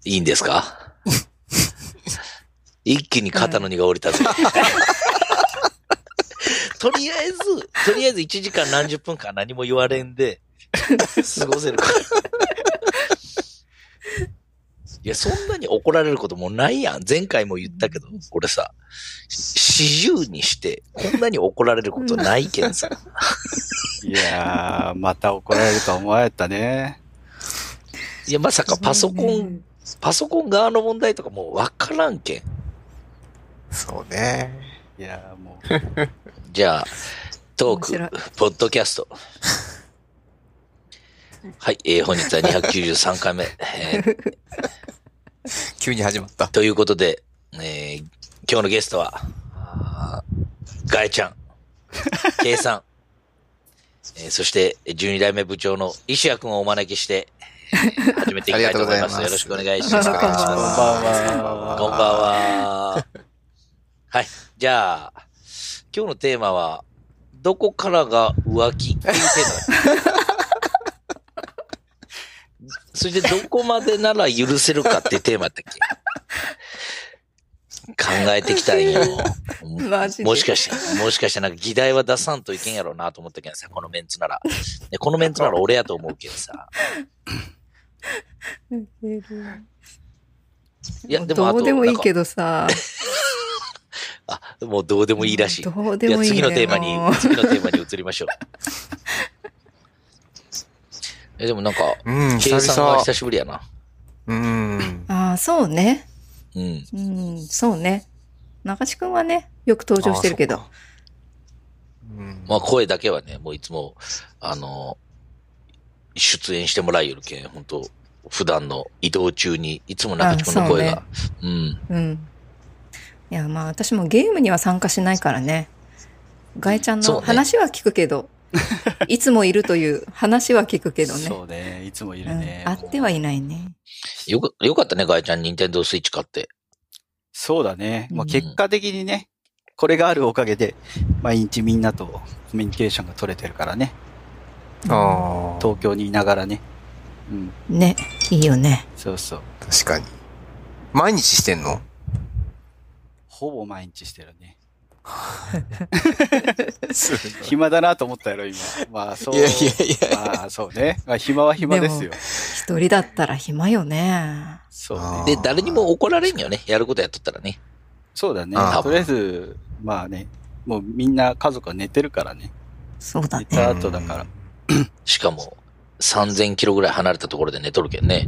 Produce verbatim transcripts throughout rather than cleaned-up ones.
いいんですか？一気に肩の荷が下りたぜ。とりあえず、とりあえずいちじかん何十分間何も言われんで、過ごせるから。いや、そんなに怒られることもないやん。前回も言ったけど、俺さ、四十にして、こんなに怒られることないけんさ。 いやー、また怒られるとは思われたね。 いや、まさかパソコン、パソコン側の問題とかもうわからんけん。 そうね。 いやー、もう。 じゃあ、トーク、ポッドキャスト。はい、えー、本日はにひゃくきゅうじゅうさんかいめ。えー、 急に始まった。 ということで、えー、今日のゲストは、ガエちゃん、ケイさん、えー、そしてじゅうにだいめ部長の石谷くんをお招きして、えー、始めていきたいと思います。よろしくお願いします。 よろしくお願いします。 こんばんは。 こんばんは。はい。じゃあ、今日のテーマは、どこからが浮気っていうテーマ。そしてどこまでなら許せるかっていうテーマだったっけ？考えてきたんよ。 マジでもしかして、もしかしてなんか議題は出さんといけんやろうなと思ったけどさ、このメンツなら。でこのメンツなら俺やと思うけどさ。 いや、でもどうでもいいけどさ。 あ、もうどうでもいいらしい。 どうでもいい。 次のテーマに、次のテーマに移りましょう。え、でもなんか、 うん、 計算が久しぶりやな。 うん。 ああ、そうね。 うん。 うん、そうね。中地くんはね、よく登場してるけど。 うん、 まあ声だけはね、もういつも、あの、出演してもらいよるけん、本当普段の移動中に、いつも中地くんの声が。うね、うん。 うん。いや、まあ私もゲームには参加しないからね。ガエちゃんの話は聞くけど、ね、いつもいるという話は聞くけどね。 そうね、いつもいるね。 うん、会ってはいないね。 よか、よかったね、ガエちゃん、ニンテンドースイッチ買って。 そうだね。まあ、結果的にね、うん、これがあるおかげで、毎日みんなとコミュニケーションが取れてるからね。ああ。東京にいながらね。 うん。ね、いいよね。 そうそう。 確かに。毎日してんの？ ほぼ毎日してるね。暇だなと思ったやろ、今。まあ、そう。 いやいやいや。 まあ、そうね。まあ、暇は暇ですよ。 一人だったら暇よね。 そうね。で、誰にも怒られんよね。やることやっとったらね。 そうだね。とりあえず、まあね、もうみんな家族は寝てるからね。 そうだね。 寝た後だから。 しかも、さんぜんキロぐらい離れたところで寝とるけんね。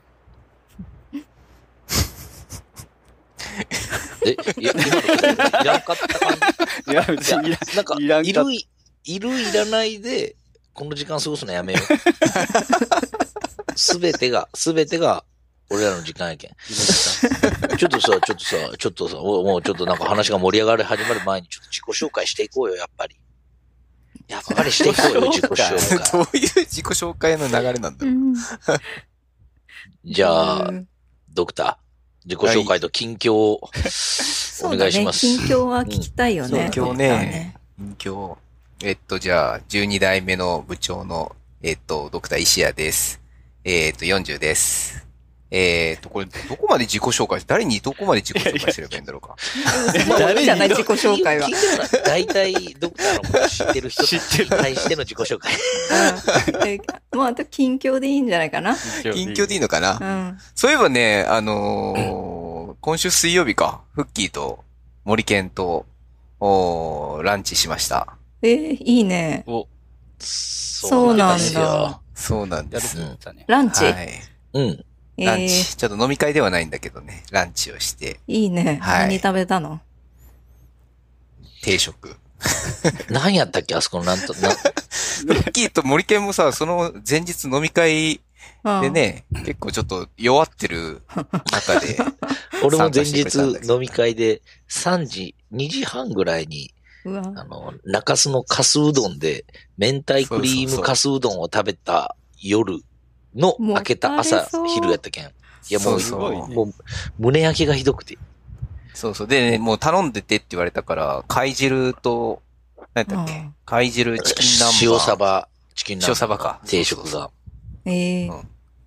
え、いや、今のいらんかった感じ？ いや、別にいらなんか、いらんかいる、いる、いらないで、この時間過ごすのやめよう。すべてが、すべてが、俺らの時間やけん。ちょっとさ、ちょっとさ、ちょっとさ、もうちょっとなんか話が盛り上がり始まる前に、ちょっと自己紹介していこうよ、やっぱり。やっぱりしていこうよ、自己紹介。 どういう自己紹介の流れなんだろう。うん、 じゃあ、ドクター。自己紹介と近況をお願いします。 ね、近況は聞きたいよね。 近況ね。近況。えっと、じゃあ、じゅうにだいめの部長の、えっと、ドクター石谷です。えっと、よんじゅうです。えっと、これ、どこまで自己紹介、誰にどこまで自己紹介すればいいんだろうか。 誰じゃない自己紹介は。 大体、ドクターのこと知ってる人に対しての自己紹介。 まあ、あと近況でいいんじゃないかな。 近況でいいのかな。 うん、 そういえばね、あのー、今週水曜日か、フッキーと森健と、おランチしました。 えー、いいね。 お、 そうなんだ。 そうなんです。 ランチ？ はい。 うん。 ランチ、えー。ちょっと飲み会ではないんだけどね、ランチをして。 いいね。はい、何食べたの？ 定食。 何やったっけあそこのなんと、な。 フッキーと森健もさ、その前日飲み会でね、うん、結構ちょっと弱ってる中で。 俺も前日飲み会でさんじ、にじはんぐらいに、あの、中洲のかすうどんで、明太クリームかすうどんを食べた夜の明けた朝、昼やったけん。いやもう、そうそうもう胸焼けがひどくて。 そうそう。でね、もう頼んでてって言われたから、貝汁と、何だっけ、貝汁チキン南蛮。 塩サバ、チキン南蛮。 塩サバか。 定食が。 ええーうん。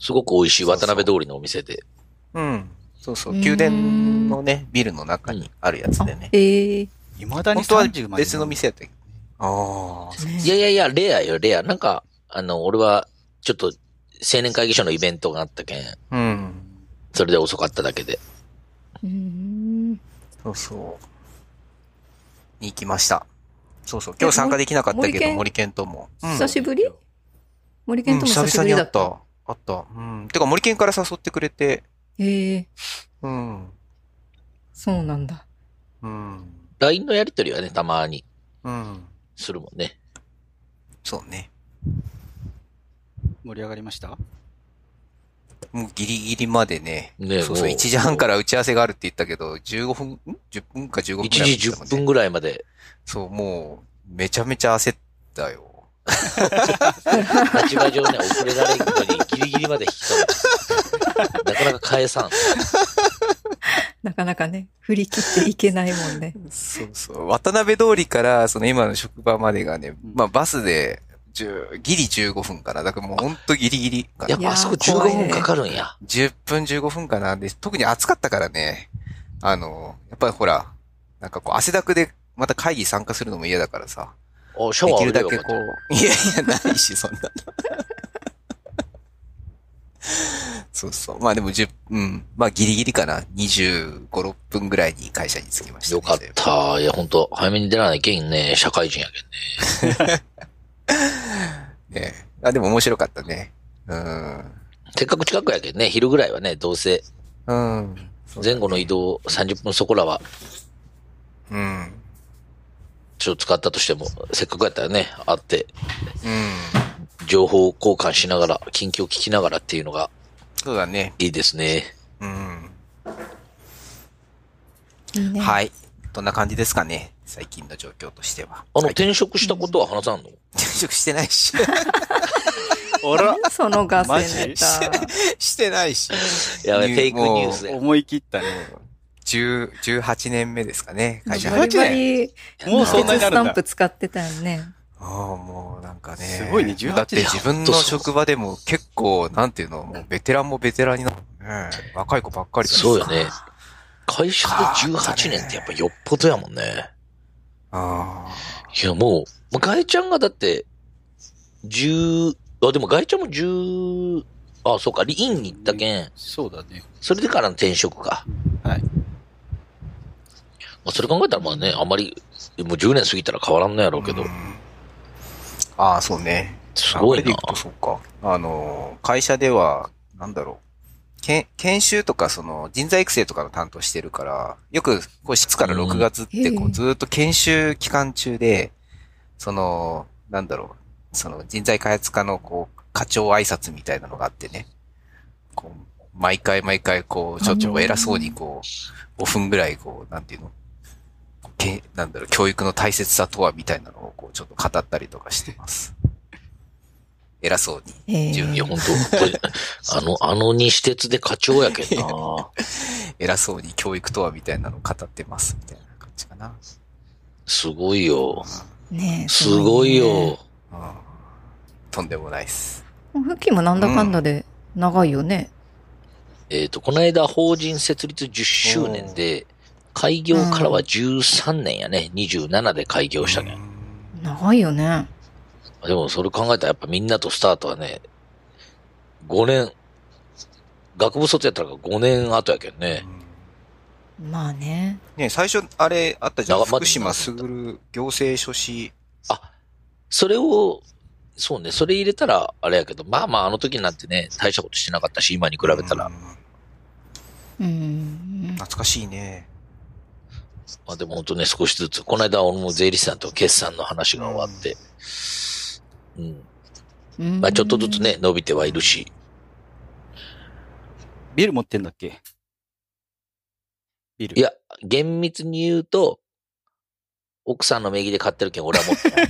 すごく美味しい渡辺通りのお店で。 うん。そうそう。宮殿のね、ビルの中にあるやつでね。 ええー。 未だに本当はさんじゅうまで。 別の店やったけどね。ああ。 いやいやいや、レアよ、レア。なんか、あの、俺は、ちょっと、青年会議所のイベントがあったけん。 うん。 それで遅かっただけで。 うーん。 そうそう。に行きました。そうそう。今日参加できなかったけど、森健とも。 久しぶり森健とも久しぶりだった。 うん、久々に会った。あった。うん。てか森健から誘ってくれて。 へえ。 うん。 そうなんだ。 うん。 ライン のやりとりはね、たまに。 うん。 するもんね。 そうね。 盛り上がりました？ もうギリギリまでね。 ねそうそう。いちじはんから打ち合わせがあるって言ったけど、じゅうごふん、ん ?じゅっ 分かじゅうごふんぐらい、 ね。いちじじゅっぷんぐらいまで。 そう、もう、めちゃめちゃ焦ったよ。 立場上ね、遅れられるのにギリギリまで引き止めて。なかなか返さん。 なかなかね、振り切っていけないもんね。 そうそう。渡辺通りから、その今の職場までがね、まあバスで、じゅうギリじゅうごふんかな。だからもうほんとギリギリかな。 やっぱあそこじゅうごふんかかるんや。 じゅっぷんじゅうごふんかな。で、特に暑かったからね。あの、やっぱりほら、なんかこう汗だくでまた会議参加するのも嫌だからさ。 お、シャワーできるだけこう。いやいや、ないし、そんなの。そうそう。まあでもじゅう、うん。まあギリギリかな。にじゅうご、ろっぷんぐらいに会社に着きました、ね。 よかった。いや、ほんと、早めに出らないけんね。社会人やけんね。 ねえ。あ、でも面白かったね。うん。 せっかく近くやけんね。昼ぐらいはね、どうせ。 うん。 前後の移動さんじゅっぷんそこらは。 うん。 ちょっと使ったとしても、せっかくやったらね、会って。 うん。 情報交換しながら、近況聞きながらっていうのが。 そうだね。 いいですね。 うん。 いいね。 はい。どんな感じですかね。最近の状況としては。 あの、転職したことは話さんの？ 転職してないし。 あらそのガセネタ。 してないし。 やばい、フェイクニュースで。 思い切ったね。 じゅう、じゅうはちねんめですかね。会社バリバリ、 もうそんなになるんだ。 スタンプ使ってたよね。 ああ、もうなんかね。 すごいね、じゅうはちねん。 だって自分の職場でも結構、なんていうの、もうベテランもベテランになってね。若い子ばっかりだそうよね。会社でじゅうはちねんってやっぱよっぽどやもんね。 ああ。 いやもう、ガイちゃんがだって、じゅう、あ、でもガイちゃんもじゅう、あ、そうか、リインに行ったけん。 そうだね。 それでからの転職か。 はい。 まあ、それ考えたらまあね、あんまり、もうじゅうねん過ぎたら変わらんのやろうけど。 ああ、そうね。 すごいな。 でいくとそうか。あの、会社では、なんだろう。け研修とか、その、人材育成とかの担当してるから、よく、こう、しちからろくがつって、こう、ずっと研修期間中で、その、なんだろう。その、人材開発課の、こう、課長挨拶みたいなのがあってね。こう、毎回毎回、こう、ちょっと偉そうに、こう、ごふんぐらい、こう、なんていうのけなんだろう、教育の大切さとはみたいなのをこうちょっと語ったりとかしてます。偉そうに。 えー、 いや、本当これ、あの、あの西鉄で課長やけんな。 偉そうに教育とはみたいなのを語ってます、みたいな感じかな。 すごいよ。 ねえ。 すごいよ。 うん、とんでもないっす。 復帰もなんだかんだで長いよね。 うん、えっ、ー、と、この間法人設立じゅっしゅうねんで、開業からはじゅうさんねんやね。にじゅうななで開業したけん。 長いよね。 でもそれ考えたらやっぱみんなとスタートはね、ごねん、学部卒やったらごねん後やけんね。 まあね。 ね最初あれあったじゃん。福島すぐる行政書士。 あ、それを、そうね、それ入れたらあれやけど、まあまああの時になってね、大したことしてなかったし、今に比べたら。 うん。 懐かしいね。 まあでも本当ね、少しずつ、この間俺も税理士さんと決算の話が終わって、うん。うん、まあちょっとずつね、伸びてはいるし。 ビル持ってんだっけ？ビル。 いや、厳密に言うと、奥さんの名義で買ってるけん俺は持ってない。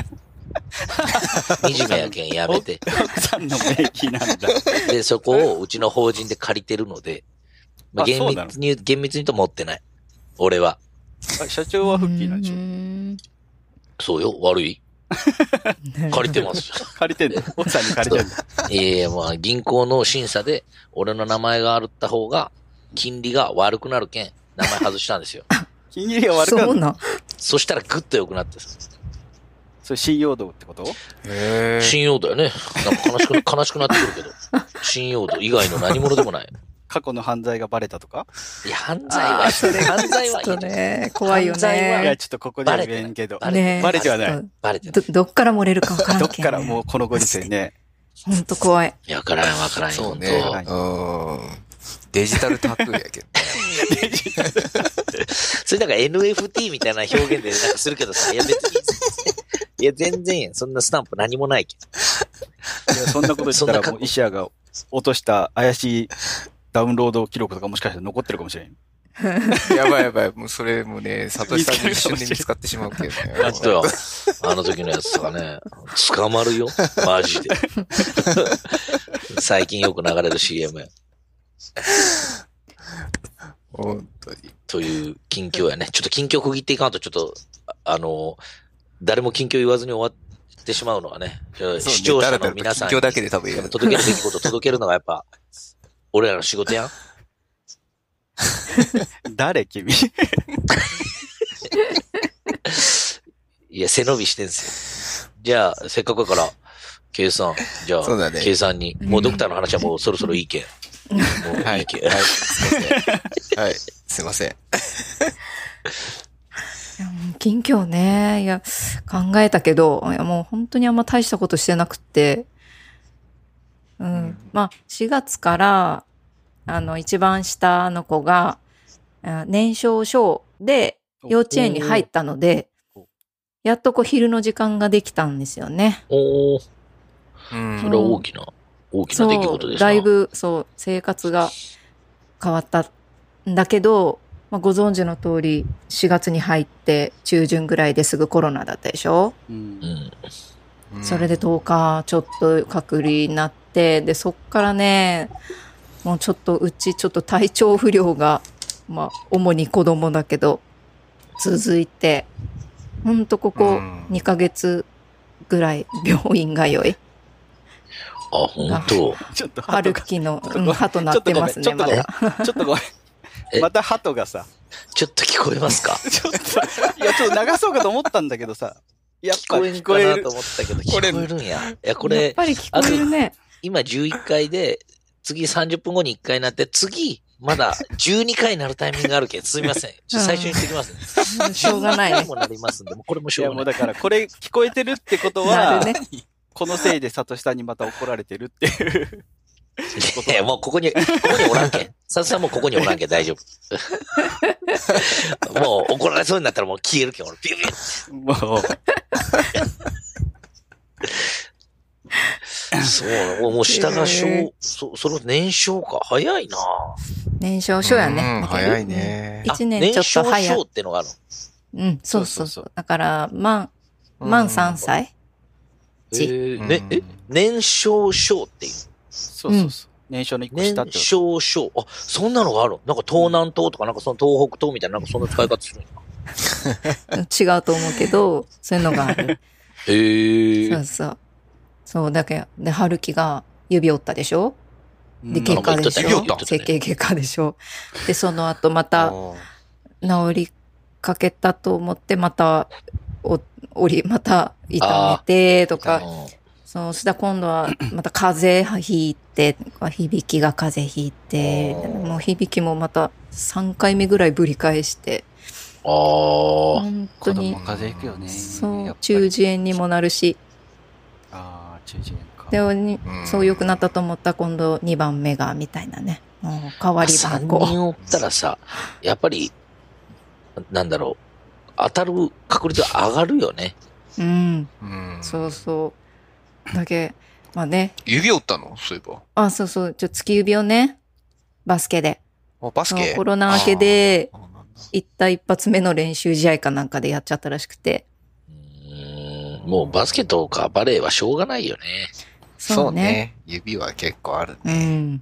惨めやけんやめて。 奥さんの名義なんだ。 で、そこをうちの法人で借りてるので、まあ、厳密に言う、厳密に言うと持ってない。俺は。 社長は復帰なんでしょ？ そうよ、悪い借りてますよ。 借りてんの奥さんに借りてんのいやいや、まあ、銀行の審査で、俺の名前があった方が、金利が悪くなるけん、名前外したんですよ。 金利が悪くなる。 そうなん。 そしたらグッと良くなってさ。 それ信用度ってこと？ へ信用度よね。なんか悲しく、悲しくなってくるけど。信用度以外の何者でもない。 過去の犯罪がバレたとか？ いや、犯罪は、犯罪はいいちょっとね、怖いよ犯罪はいや、 ね。 ちょっとここでは言えんけど。 バレてないねバレてはない。 バレてる。 ど、どっから漏れるかわからんどっけんね。 からもうこのご時世ね。 ほんと怖い。 いや、わからんわからんよ。 そうね。 本うん。デジタルタトゥーやけど。 当それだから エヌエフティー みたいな表現でなんかするけどさ、いや別に、いや全然やん。そんなスタンプ何もないけど。 いやそんなこと言ったらもう石谷が落とした怪しいダウンロード記録とかもしかしたら残ってるかもしれん。 やばいやばい。もうそれもね、サトシさんに一瞬で見つかってしまうけどね。 あとよ、あの時のやつとかね、捕まるよ。マジで。最近よく流れる シーエム や。 本当に。 という近況やね。ちょっと近況区切っていかんと、ちょっと、ああの、誰も近況言わずに終わってしまうのはね、視聴者の皆さんに今日だけで多分言う。 届けるべきことを届けるのがやっぱ、俺らの仕事やん。 誰君いや、背伸びしてんすよ。じゃあ、せっかくだから、K さん、じゃあ、 そうだね K さんに、もうドクターの話はもうそろそろいいけん。もうはいい。 いけん。 はい。すいません。はい。すいません。 いやもう近況ね。いや、考えたけど、いやもう本当にあんま大したことしてなくって、うん。 うんまあ、しがつから、あの、一番下の子が、あ年少症で幼稚園に入ったのでおお、 やっとこう昼の時間ができたんですよね。 おー、 うんそれは大きな、大きな出来事ですな。 だいぶ、そう、生活が変わったんだけど、まあ、ご存知の通り、しがつに入って中旬ぐらいですぐコロナだったでしょ？ うんう。ん。 それでとおかちょっと隔離になって、で、そっからね、もうちょっとうちちょっと体調不良が、まあ、主に子供だけど、続いて、ほんとここうんにかげつぐらい病院通い。 あ、ほんと。 ちょっと春鳩が、 樹の、 ちょっとうん、鳩鳴ってますね、まちょっとごめんだ。 ちょっとごめえん。また鳩がさ、 ちょっと聞こえますか？ ちょっと、いや、ちょっと流そうかと思ったんだけどさ、やっぱ聞こえん聞こえるかなと。思ったけど、聞こえるんや。いや、こやっれ、 ぱり聞こえるね。 今じゅういっかいで、次さんじゅっぷんごにいっかいになって、次、まだじゅうにかいになるタイミングがあるけん、すみません。ちょっと最初に言ってきますね。 しょうがないねじゅうにかいもなりますんで、もうこれもしいや、 ょうがない。 もうだから、これ聞こえてるってことなは、 るね。 このせいでサトシさんにまた怒られてるっていう。 いや、もうここに、ここにおらんけん。佐々さんもここにおらんけん大丈夫。もう怒られそうになったらもう消えるけん、俺、ビュービューもう、 そう、もうもう下がへ小ー、 そ、その年少か。早いな年少症やうね。 んだけど早いねうん一年ちょっとあ年早い少症。ってのがあるの。 うん、そうそうそう。だから、満、満さんさいえちー、ね、え年少症っていう。 そうそうそう。年少の一個下って年こと。 少症。あ、そんなのがある。なんか東南東とか、なんかその東北東みたいな、なんかそんな使い方するんや。 違うと思うけど、そういうのがある。 へえそうそう。そう、だけど、で、春樹が指折ったでしょで、 うん外科でしょなんか言ってたよ整形外科でしょで、その後また治りかけたと思って、また、お、折り、また痛めて、とか、そうしたら今度はまた風邪ひいて、響きが風邪ひいて、 うんもう響きもまたさんかいめぐらいぶり返して、 ああ。 本当子供に、 風邪ひくよね。 そう、 やっぱり中耳炎にもなるし、 ああ、中耳炎か。 で、にうんそう良くなったと思ったら今度にばんめが、みたいなね。もう、代わり 3 番号。 人おったらさ、やっぱり、なんだろう、当たる確率が上がるよね。 うん、 うん。 そうそう。だけ、まあね、 指折ったのそういえば。 あ、そうそう、ちょ、突き指をね、バスケで。 あ、バスそうケコロナ明けであーそうなんだ行った一発目の練習試合かなんかでやっちゃったらしくて。 うーんもうバスケとかバレーはしょうがないよね。 そうね。指は結構あるうね。 ん。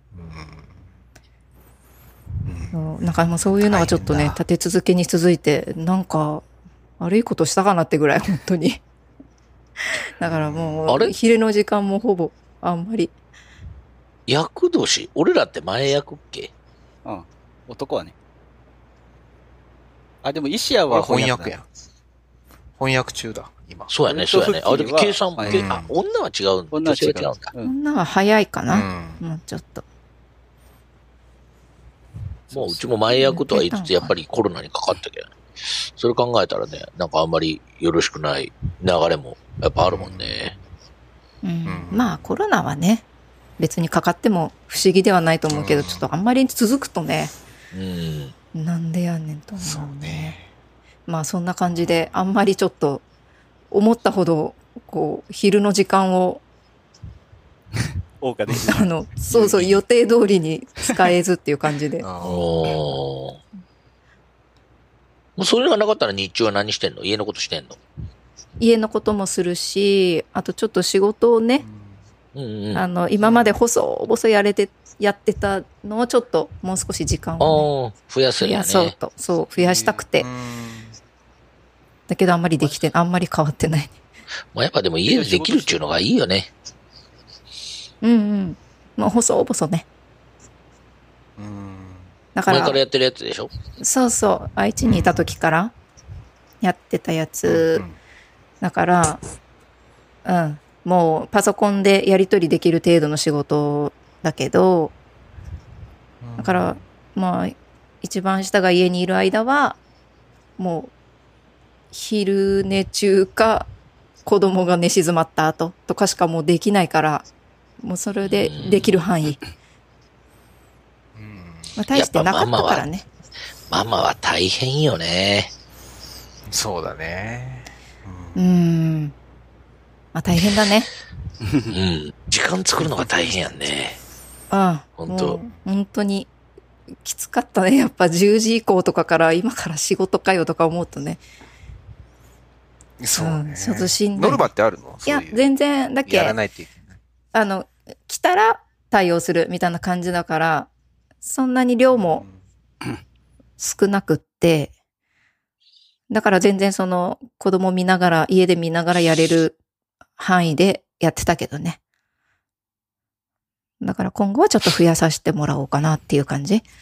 うん。 そうなんかもうそういうのがちょっとね、 大変だ立て続けに続いて、なんか、悪いことしたかなってぐらい、本当に。 だからもう、 あれ昼の時間もほぼ、あんまり。 役年俺らって前役っけ？ うん。男はね。あ、でも、石谷は翻翻訳だ訳やん。翻訳中だ、今。 そうやね、そうやね。あ、でも計算も、 うんけあ、女は違うんだ。 女は違う女性が違うんだ。 うん。 女は早いかうな、 ん。 もうちょっと。 もううちも前役とは言いつつ、やっぱりコロナにかかったけどね。それ考えたらね、なんかあんまりよろしくない流れもやっぱあるもんね。 うんうんまあコロナはね、別にかかっても不思議ではないと思うけど、 うんちょっとあんまり続くとね、 うん。 なんでやねんと思うね。 そうね。 まあそんな感じで、あんまりちょっと思ったほど、こう、昼の時間を、 謳歌できない。 あの、そうそう、予定通りに使えずっていう感じで。 あーおー。もうそれがなかったら日中は何してんの？家のことしてんの？ 家のこともするし、あとちょっと仕事をね、 うんうん。 あの、今まで細々やれて、やってたのをちょっともう少し時間を、ね、 ああ、増やす増んやね。 やそうと、そう、増やしたくてう。んだけどあんまりできて、あんまり変わってない。 まあやっぱでも家でできるっていうのがいいよね。 うんうん。もう細々ね。 うんだから、 前からやってるやつでしょ？ そうそう、愛知にいた時からやってたやつ、だから、うん、もうパソコンでやり取りできる程度の仕事だけど、だから、まあ、一番下が家にいる間は、もう、昼寝中か、子供が寝静まった後とかしかもうできないから、もうそれでできる範囲。 うんまあ、大してなかったからね。 ママは大変よね。 そうだね。 うーん。まあ大変だね。 うん。時間作るのが大変やんね。 うん。 本当もう本当にきつかったね。やっぱじゅうじ以降とかから今から仕事かよとか思うとね。 そうね。 うんちょっとしんどいノルマってあるの？ いや、 そういう全然、だけ、 やらないといけない。 あの、来たら対応するみたいな感じだから、そんなに量も少なくって、だから全然その子供見ながら、家で見ながらやれる範囲でやってたけどね。だから今後はちょっと増やさせてもらおうかなっていう感じ。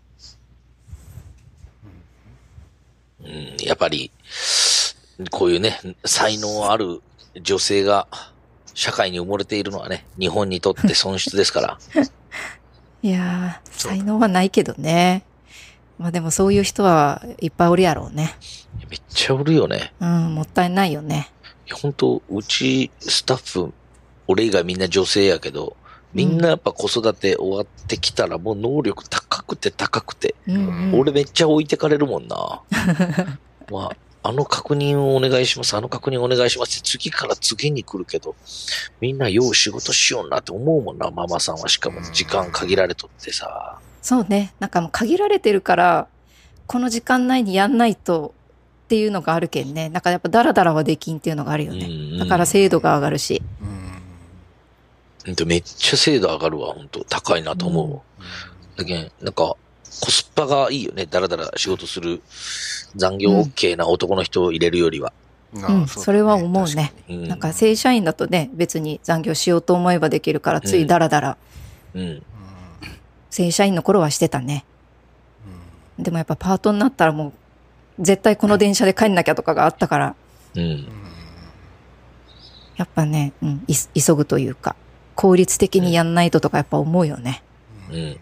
うん、やっぱり、こういうね、才能ある女性が社会に埋もれているのはね、日本にとって損失ですから。 いやー、才能はないけどね。まあでもそういう人はいっぱいおるやろうね。 めっちゃおるよね。 うん、もったいないよね。 本当うちスタッフ、俺以外みんな女性やけど、みんなやっぱ子育て終わってきたらもう能力高くて高くて、 うんうん、 俺めっちゃ置いてかれるもんな。まあ、あの確認をお願いします、あの確認お願いしますって次から次に来るけど、みんなよう仕事しようなって思うもんな、ママさんは。しかも時間限られとってさ。 そうね。なんかもう限られてるから、この時間内にやんないとっていうのがあるけんね。なんかやっぱダラダラはできんっていうのがあるよね。 うんうん、 だから精度が上がるし。 うんめっちゃ精度上がるわ、本当高いなと思う。うん、だけん、なんか、コスパがいいよね。ダラダラ仕事する残業 OK な男の人を入れるよりは。 うん、うん、それは思うね。 うん、 なんか正社員だとね、別に残業しようと思えばできるから、ついダラダラ。 うん。うん、 正社員の頃はしてたね。うん、でもやっぱパートになったらもう、絶対この電車で帰んなきゃとかがあったから。 うん。 やっぱね、うん、い急ぐというか、効率的にやんないととかやっぱ思うよね。 うん。うん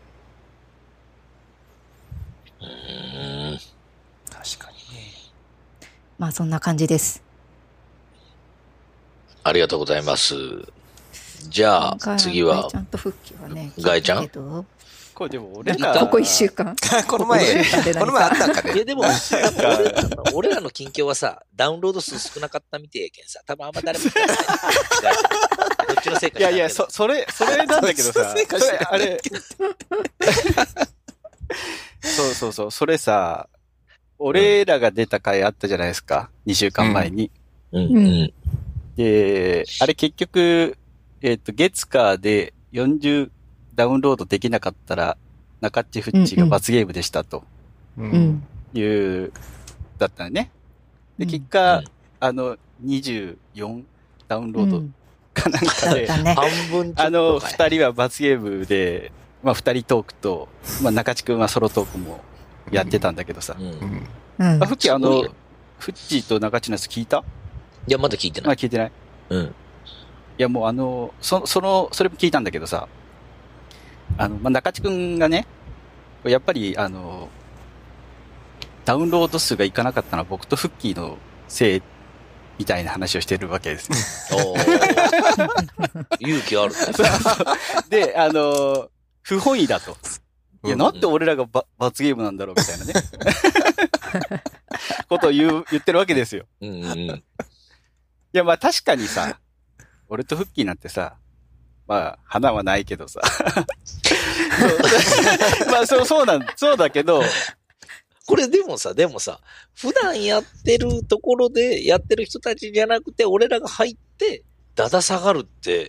うん確かにね。 まあそんな感じです。 ありがとうございます。じゃあ次は、 ガイちゃんと復帰はね、 ガイちゃんこれでも俺ら、 ここ一週間。 この前、この前あったんかね。 いやでも、俺らの、俺らの近況はさ、ダウンロード数少なかったみてえけんさ、多分あんま誰も見てない。どっちのせいかいやいや、そ、それ、それなんだけどさ、それ、あれ、そうそうそう、それさ、俺らが出た回あったじゃないですか、にしゅうかんまえに。 うんうん。 で、あれ結局、えっと、月火でよんじゅうダウンロードできなかったら、中っちふっちが罰ゲームでしたと。 うん。 いう、だったね。で、結果、 うん、 あの、 にじゅうよんダウンロードかなんかで、 だね。 半分ちょっとかい。 あの、二人は罰ゲームで、まあ二人トークと、まあ中地くんはソロトークもやってたんだけどさ。 うん。 うん。 うんあ、フッキーあのすごいよ、 フッチーと中地のやつ聞いた？ いや、まだ聞いてない。 まあ聞いてない。 うん。 いやもうあの、そ、その、それも聞いたんだけどさ、あの、まあ中地くんがね、やっぱりあの、ダウンロード数がいかなかったのは僕とフッキーのせいみたいな話をしてるわけですよ。 おー勇気あるね。 で、あの、不本意だと。いや、 うんなんで俺らがば罰ゲームなんだろうみたいなね。ことを言う、言ってるわけですよ。 うんうんうん。 いや、まあ確かにさ、俺とフッキーなんてさ、まあ、花はないけどさ。そうまあ、そう、そうなん、そうだけど、 これでもさ、でもさ、普段やってるところでやってる人たちじゃなくて、俺らが入って、だだ下がるって、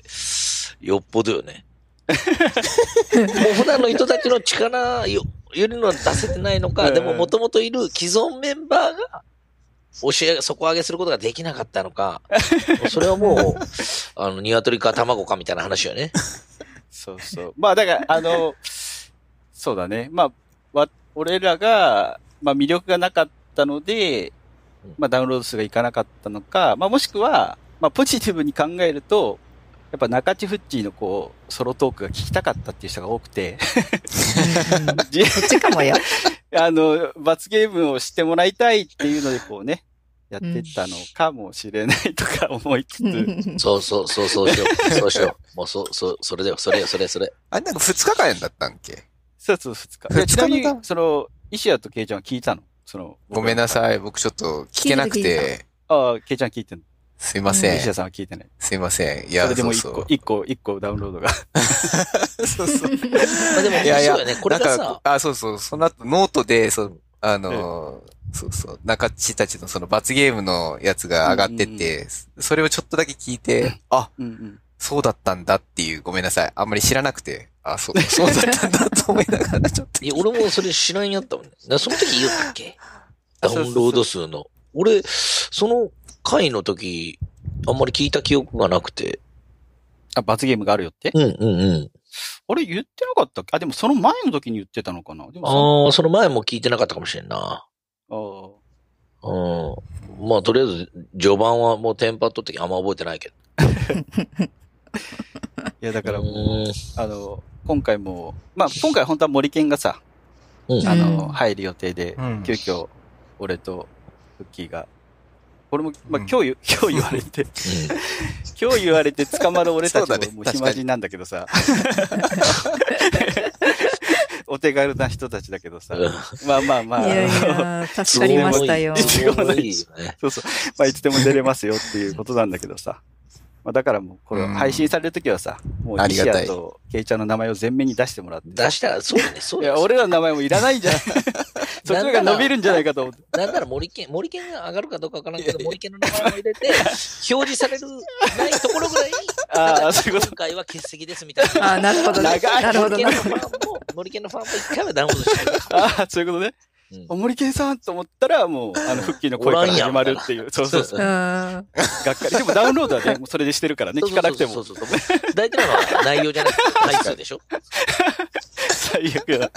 よっぽどよね。もう普段の人たちの力よよりの出せてないのか、でも元々いる既存メンバーが、教え、底上げすることができなかったのか、もうそれはもう、あの、鶏か卵かみたいな話よね。 そうそう。まあ、だから、あの、そうだね。まあ、わ、俺らが、まあ魅力がなかったので、まあダウンロード数がいかなかったのか、まあもしくは、まあポジティブに考えると、やっぱ中地フッチーのこう、ソロトークが聞きたかったっていう人が多くて、じそっちかもよ。 あの、罰ゲームをしてもらいたいっていうのでこうね、やってったのかもしれないとか思いつつ、 そうそうそう、そうしよう。そうしよう。もうそ、そ、それだよ。それよ、それ、それ。 あれなんかふつかかんだったんけ？ そうそう、二日。 二日ちなみにだ、 その、石谷とケイちゃんは聞いたの？その、 ごめんなさい。僕ちょっと聞けなく聞いてる聞いて、 ああ、ケイちゃん聞いてんの？ すいません。 石谷さんは聞いてない。 すいません。いや、 それでも一個、 そうそう。 一個、一個ダウンロードが。 そうそう。 まあでも、 いやいやそうよね。これがなんさか、、あ、そうそう。その後、ノートで、そう、あのー、そうそう。中地たちのその罰ゲームのやつが上がってて、それをちょっとだけ聞いて、あ、 うんうん。 そうだったんだっていう、ごめんなさい。あんまり知らなくて、あ、そう、そうだったんだと思いながら、ちょっと。 いや、俺もそれ知らんやったもんね。だからその時言ったっけダあそうそうそうウンロード数の。俺、その回の時、あんまり聞いた記憶がなくて。 あ、罰ゲームがあるよって？ うんうんうん。 あれ言ってなかったっけ？あ、でもその前の時に言ってたのかな？でもそああ、その前も聞いてなかったかもしれんな。 あーうん。まあ、とりあえず、序盤はもうテンパっとってあんま覚えてないけど。 いや、だからもう、 うんあの、今回も、まあ、今回本当は森健がさ、 うん。 あの、 うん入る予定で、 うん急遽、俺と、フッキーが、俺も、まあ、 うん今日言、今日言われて、今日言われて捕まる俺たちそうだねももう暇人なんだけどさ、お手軽な人たちだけどさ、まあまあまあ、 いやいや、助かりましたよ。 いつでもいいよね。 そうそう。まあ、いつでも出れますよっていうことなんだけどさ。まあ、だからもう、これうん配信されるときはさ、もう、西ありがたい谷とケイちゃんの名前を前面に出してもらって。 出したら、そうだね、そういや、 だね。 俺らの名前もいらないんじゃないそっちの方が伸びるんじゃないかと思って。 なんなら森健、森健が上がるかどうかわからんけど、森健の名前も入れて、表示されるないところぐらい、 ああ、そういうこ今回は欠席ですみたいな。 ああ、なるほどね。 長いなるほどな森健の。ファンも、森健のファンも一回はダウンロードしてるかと。ああ、そういうことね。 うんお森健さんと思ったら、もう、あの、フッキーの声から始まるっていう。そうそうそう。 うん。 がっかり。でもダウンロードはね、もうそれでしてるからね、聞かなくても。 そうそうそうそう。大体のは内容じゃなくて回数でしょ。 最悪だ。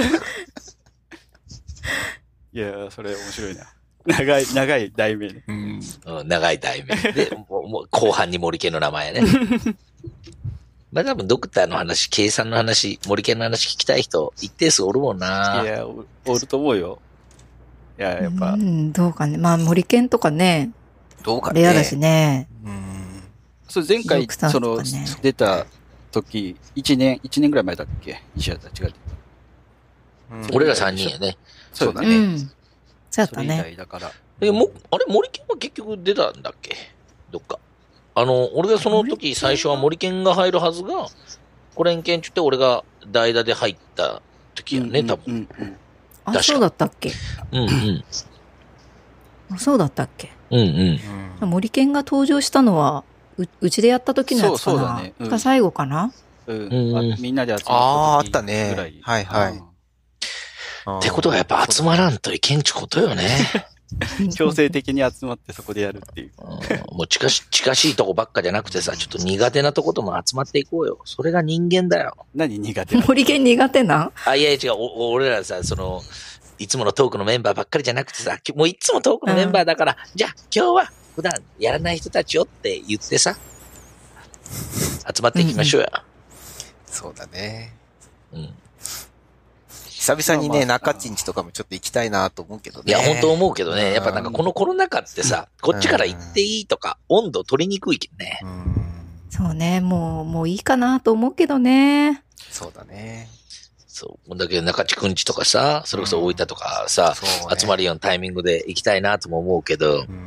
いやー、それ面白いな。長い、長い題名ね。 うん。 うん、長い題名。で、もうもう後半に森健の名前ね。まあ多分ドクターの話、計算の話、森健の話聞きたい人、一定数おるもんいな。 や、おおると思うよ。いや、やっぱう。ん、どうかね。まあ、森健とかね、 どうかね。 レアだしね。 うん。 そう、前回、 ドクターそのとかね、 出た時、一年、一年ぐらい前だっけ石谷たちが。 うん俺ら三人やね。 そうだね。 うん。そうやったそれ以ね。 来だから。 え、も、あれ森健は結局出たんだっけどっか。あの、俺がその時最初は森健が入るはずが、これんけんちゅって俺が代打で入った時やね、多分。 うんうん。 あ、 確かそうだったっけうんうん。 あ、そうだったっけうんうん。 うん森健が登場したのは、う、うちでやった時のやつかな。 そうそうだねうんが最後かな。 うんうんあみんなで集まった時あーあったねぐらい。 はいはいうんってことはやっぱ集まらんといけんちゅことよね。 強制的に集まってそこでやるっていう。 うん、もう近し、近しいとこばっかじゃなくてさ、ちょっと苦手なとことも集まっていこうよ。それが人間だよ。 何苦手なの？ 森健苦手なん？ あ、いやいや違う、お俺らさ、その、いつものトークのメンバーばっかりじゃなくてさ、もういつもトークのメンバーだから、うん、じゃあ今日は普段やらない人たちよって言ってさ、集まっていきましょうや。 うん、そうだね。 うん。 久々にね、中地んちとかもちょっと行きたいなと思うけどね。 いや、本当思うけどね。やっぱなんかこのコロナ禍ってさ、こっちから行っていいとか、温度取りにくいけどね。 そうね、もう、もういいかなと思うけどね。 そうだね。 そう。だけど中地くんちとかさ、それこそ大分とかさ、うんね、集まるようなタイミングで行きたいなとも思うけど。 うん。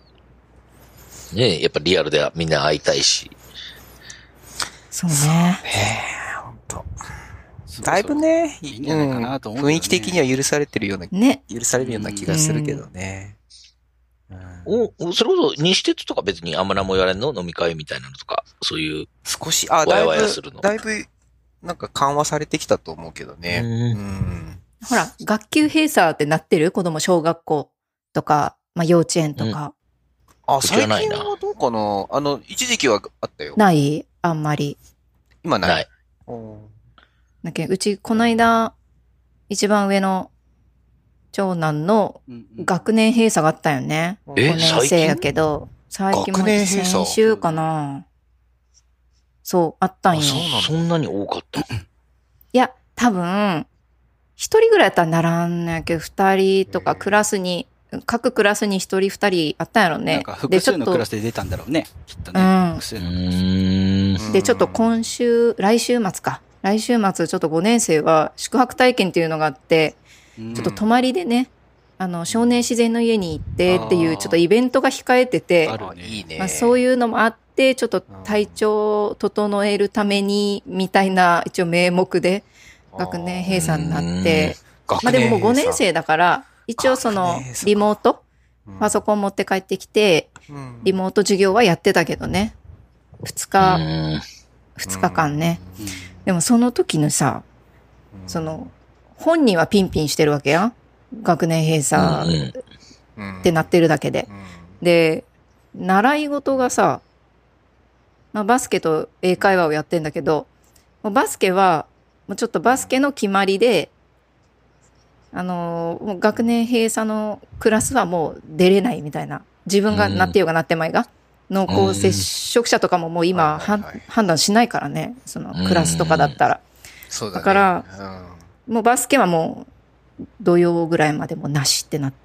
ねやっぱリアルではみんな会いたいし。 そうね。 そうねほんと。だいぶね、いいんじゃないかなと思う、ねうん。雰囲気的には許されてるような、ね、許されるような気がするけどね。 うん、お、それこそ西鉄とか別にあんま何も言われんの飲み会みたいなのとか、そういう。 少し、あ、だいぶ、だいぶ、なんか緩和されてきたと思うけどね。うん、 ほら、学級閉鎖ってなってる子供小学校とか、まあ幼稚園とか。 うん、あ、最近はどうかなあの、一時期はあったよ。 ないあんまり。 今ない。ないだけどうち、この間、一番上の長男の学年閉鎖があったよね。 うんうん、え、 ごねん生やけど、最近も先週かな。そう、あったんよ。 そんなに多かった。いや、多分、一人ぐらいやったらならんのやけど、二人とかクラスに、各クラスに一人二人あったんやろね。 なんか複数のクラスで出たんだろうね。きっとね。 うん、 複数の。 で、ちょっと今週、来週末か。来週末、ちょっとごねん生は宿泊体験っていうのがあって、ちょっと泊まりでね、あの、少年自然の家に行ってっていう、ちょっとイベントが控えてて、 いいね。 まあ、そういうのもあって、ちょっと体調を整えるために、みたいな、一応名目で、学年閉鎖になって、まあでももうごねん生だから、一応その、リモート、パソコン持って帰ってきて、リモート授業はやってたけどね、二日、二日間ね。でもその時のさ、その、本人はピンピンしてるわけや。学年閉鎖ってなってるだけで。で、習い事がさ、まあ、バスケと英会話をやってんだけど、バスケは、もうちょっとバスケの決まりで、あのー、もう学年閉鎖のクラスはもう出れないみたいな。自分がなってようがなってまいが。濃厚接触者とかももう今、判断しないからね。そのクラスとかだったら。 そうだね。 だから、うん、もうバスケはもう土曜ぐらいまでもなしってなって、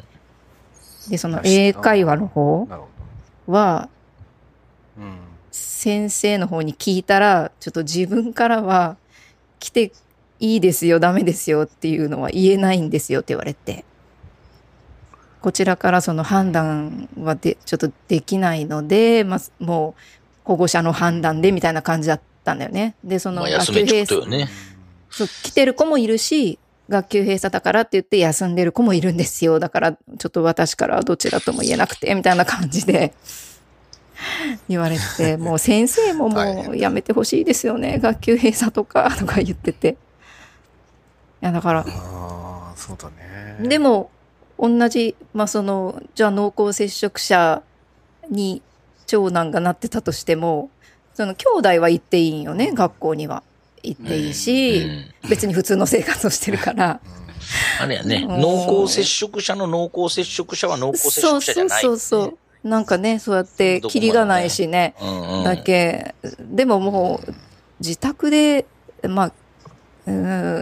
うん、で、その英会話の方は、うん、先生の方に聞いたら、ちょっと自分からは来ていいですよ、ダメですよっていうのは言えないんですよって言われて。こちらからその判断はでちょっとできないので、まあ、もう保護者の判断でみたいな感じだったんだよね。で、その学級閉鎖、ね、そう来てる子もいるし、学級閉鎖だからって言って休んでる子もいるんですよ。だからちょっと私からはどちらとも言えなくてみたいな感じで言われて、もう先生ももうやめてほしいですよね。学級閉鎖とかとか言ってて。いやだから。 ああ、そうだね。 でも。同じ、まあ、その、じゃあ濃厚接触者に長男がなってたとしても、その兄弟は行っていいんよね、学校には。行っていいし、うんうん、別に普通の生活をしてるから。 あれやね、濃厚接触者の濃厚接触者は濃厚接触者じゃない、ね。そうそうそう。 なんかね、そうやってキリがないしね。うんうん、だけ、でももう、自宅で、まあ、うん、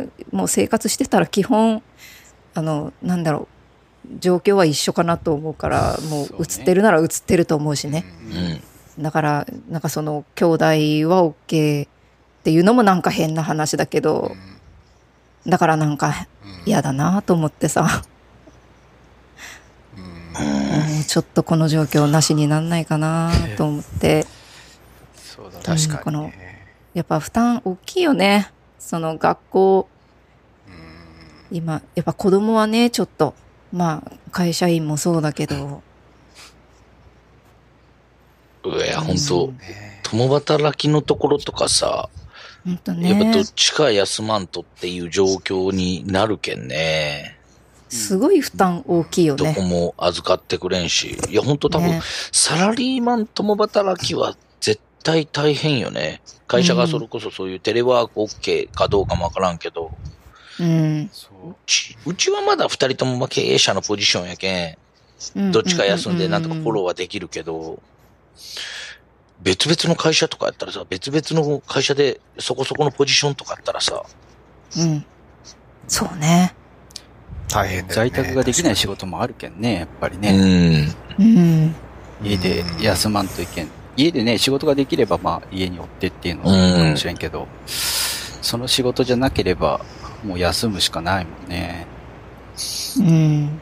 もう生活してたら基本、あの、なんだろう、状況は一緒かなと思うから、もう映ってるなら映ってると思うしね。うん、だから、なんかその兄弟は OK っていうのもなんか変な話だけど、うん、だからなんか嫌だなと思ってさ、うんうん、ちょっとこの状況なしになんないかなと思って。 そうだ、確かに、ね、 このやっぱ負担大きいよね。その学校、うん、今、やっぱ子供はね、ちょっと、まあ、会社員もそうだけど。 いや、本当、共働きのところとかさ、 本当ね。 やっぱどっちか休まんとっていう状況になるけんね。 すごい負担大きいよね。 どこも預かってくれんし。いや、ほんと多分、 ねサラリーマン共働きは絶対大変よね。会社がそれこそそういうテレワーク OK かどうかもわからんけど、 うん。 そううち、うちはまだ二人ともまあ経営者のポジションやけん、どっちか休んでなんとかフォローはできるけど、別々の会社とかやったらさ、別々の会社でそこそこのポジションとかやったらさ、 うん。そうね。 大変だよね。 在宅ができない仕事もあるけんね、やっぱりうね。 ん。 うん。 家で休まんといけん。家でね、仕事ができれば、まあ、家におってっていうのはあるかもしれんけど、その仕事じゃなければ、もう休むしかないもんね。 うん。 うーん。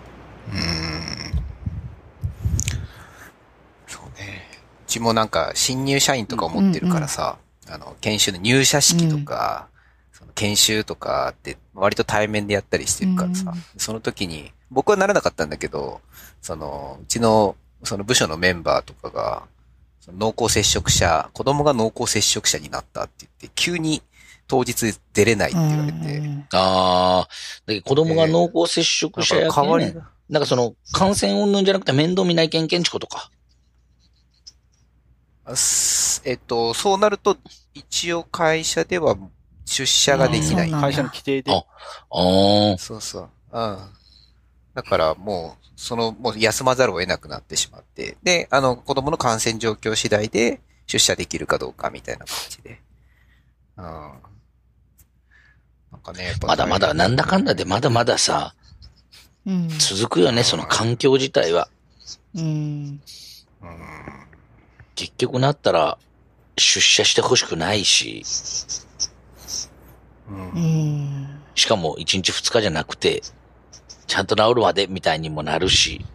そうね。うちもなんか新入社員とか思ってるからさ、あの、研修の入社式とか、その研修とかって割と対面でやったりしてるからさ、 うんその時に、僕はならなかったんだけど、その、うちの、その部署のメンバーとかが、その濃厚接触者、子供が濃厚接触者になったって言って、急に当日出れないって言われて、 ああ、で子供が濃厚接触者やけん、 代わりがなんかその、感染云々じゃなくて面倒見ないけんけんちことか。 あすえっと、そうなると、一応会社では出社ができない。 うんそうなんだ会社の規定で。 あああ、 そうそう。うん。だからもう、その、もう休まざるを得なくなってしまって。で、あの、子供の感染状況次第で出社できるかどうかみたいな感じで。うん。なんかね、やっぱまだまだ、なんだかんだでまだまださ、 うん。 続くよね、その環境自体は。 うん。 うん。 結局なったら、出社してほしくないし、 う。 うんん。 しかもいちにちふつかじゃなくて、ちゃんと治るまでみたいにもなるし。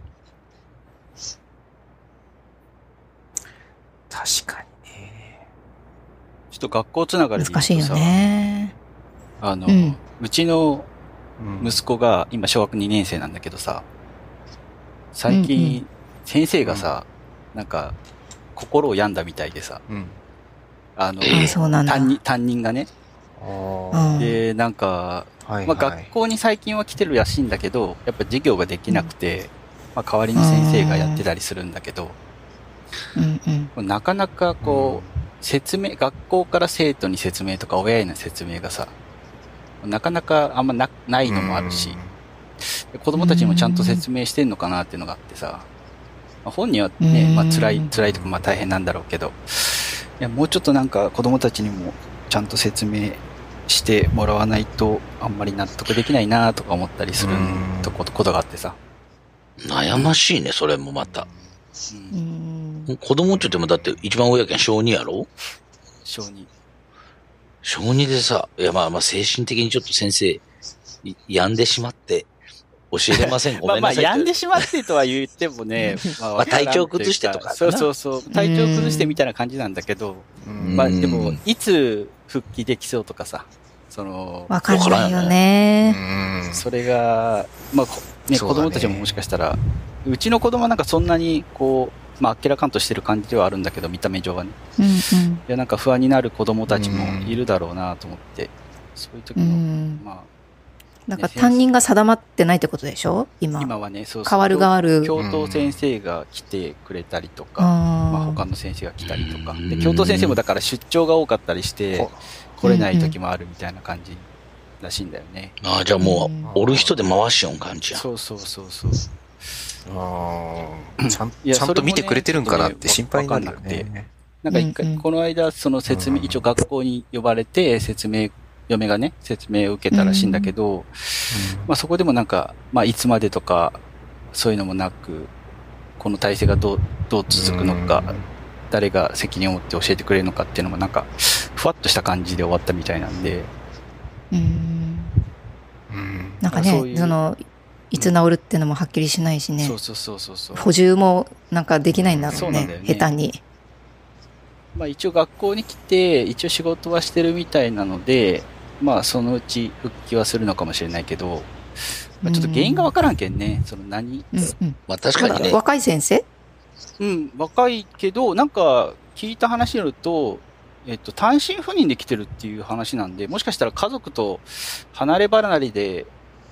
確かにね。 ちょっと学校つながりで言うとさ難しいよね。 あの、 ううんちのうん息子が今小学にねん生なんだけどさ、最うんう近先生がさ、なんか心を病んだみたいでさ、 うん。 あの、 えあ、そうなんだ。 担任、担任がね。 あうんで、なんか、 あ。はい、 まあ、 はい。 学校に最近は来てるらしいんだけど、やっぱ授業ができなくて、まあ、代わりに先生がやってたりするんだけど、 うんうん。 なかなかこう、説明、学校から生徒に説明とか親への説明がさ、なかなかあんまなないのもあるし、で子供たちにもちゃんと説明してんのかなっていうのがあってさ、まあ、本人はね、まあ辛い、辛いとかまあ大変なんだろうけど、いや、もうちょっとなんか子供たちにもちゃんと説明してもらわないとあんまり納得できないなとか思ったりするうんとこことがあってさ。 悩ましいね、それもまた。 うんうん。 子供っちゅってもだって一番上やけん小にやろ小児。 小にでさ、いやまあまあ精神的にちょっと先生、い病んでしまって、教えれません、ごまあまあ、 めんなさいって。 病んでしまってとは言ってもね、まあまあ体調崩してとかそうそうそう。体調崩してみたいな感じなんだけど、 うんまあでもうん、 いつ復帰できそうとかさ、その、 わかんないようね。 ん。 それが、まあ、こね、 そうだね子供たちももしかしたら、うちの子供はなんかそんなに、こう、まあ、あっけらかんとしてる感じではあるんだけど、見た目上はね。 うんいや、なんか不安になる子供たちもいるだろうなと思って、そういう時うん。うの、 ん。 まなんか担任が定まってないってことでしょ今。 あ、今はね、そうそう。 変わる変わる。 教頭先生が来てくれたりとか、まあ、 あ他の先生が来たりとか。 うんで、教頭先生もだから出張が多かったりしてほ、 来れない時もあるみたいな感じらしいんだよね。 ああ、じゃあもうんう、おる人で回しよん感じや。 そうそうそうそう。 ああ、ちゃん、 いやちゃんと見てくれてるんかなって心配になるよわかんなくね。 なんか一回、 うんうんこの間、その説明、 うん一応学校に呼ばれて、説明、嫁がね、説明を受けたらしいんだけど、まあそこでもなんか、まあいつまでとか、そういうのもなく、この体制がどう、どう続くのか、誰が責任を持って教えてくれるのかっていうのもなんか、ふわっとした感じで終わったみたいなんで、 うん。 うん。 なんかね、 そういうその、いつ治るってのもはっきりしないしねそう。そうそうそうそう。 補充もなんかできないんだろうねそうなんだよ。ね下手に。 まあ一応学校に来て、一応仕事はしてるみたいなので、まあそのうち復帰はするのかもしれないけど、まあ、ちょっと原因がわからんけんね、その何、 うんうん。 まあ確かにね。 若い先生うん、若いけど、なんか聞いた話によると、えっと、単身赴任で来てるっていう話なんで、もしかしたら家族と離れ離れで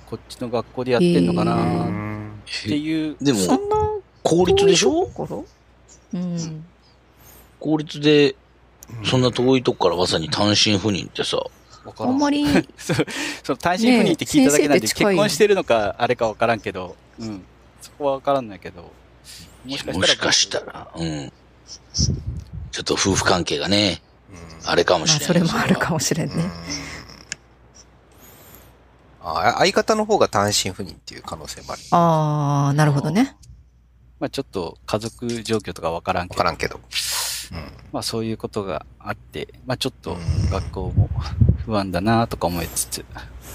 こっちの学校でやってんのかうなん。 っていう。 でも、 そんな公立でしょ？ 遠いところ？うん。 公立で、そんな遠いとこからまさに単身赴任ってさ、 わからん。 あんまり、 そう、その単身赴任って聞いただけなんで、 ねえ先生って近い結婚してるのか、あれかわからんけど、うん。そこはわからんないけど、もしかしたら。 もしかしたら、うん。ちょっと夫婦関係がね、 うんあれかもまあしれない。 それもあるかもしれんうんね。 あ、相方の方が単身赴任っていう可能性もある。 ああ、なるほどね。 まあちょっと家族状況とかわからんけど。 わからんけど。 まあそういうことがあって、まあちょっと学校も不安だなとか思いつつ、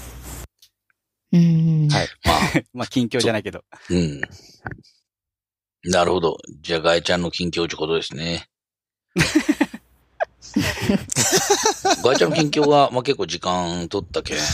うん。 はい。 まあ、 まあ近況じゃないけど。 うん。なるほど。じゃあ、ガイちゃんの近況ってことですね。ガイちゃんの近況が、まあ、結構時間取ったけん。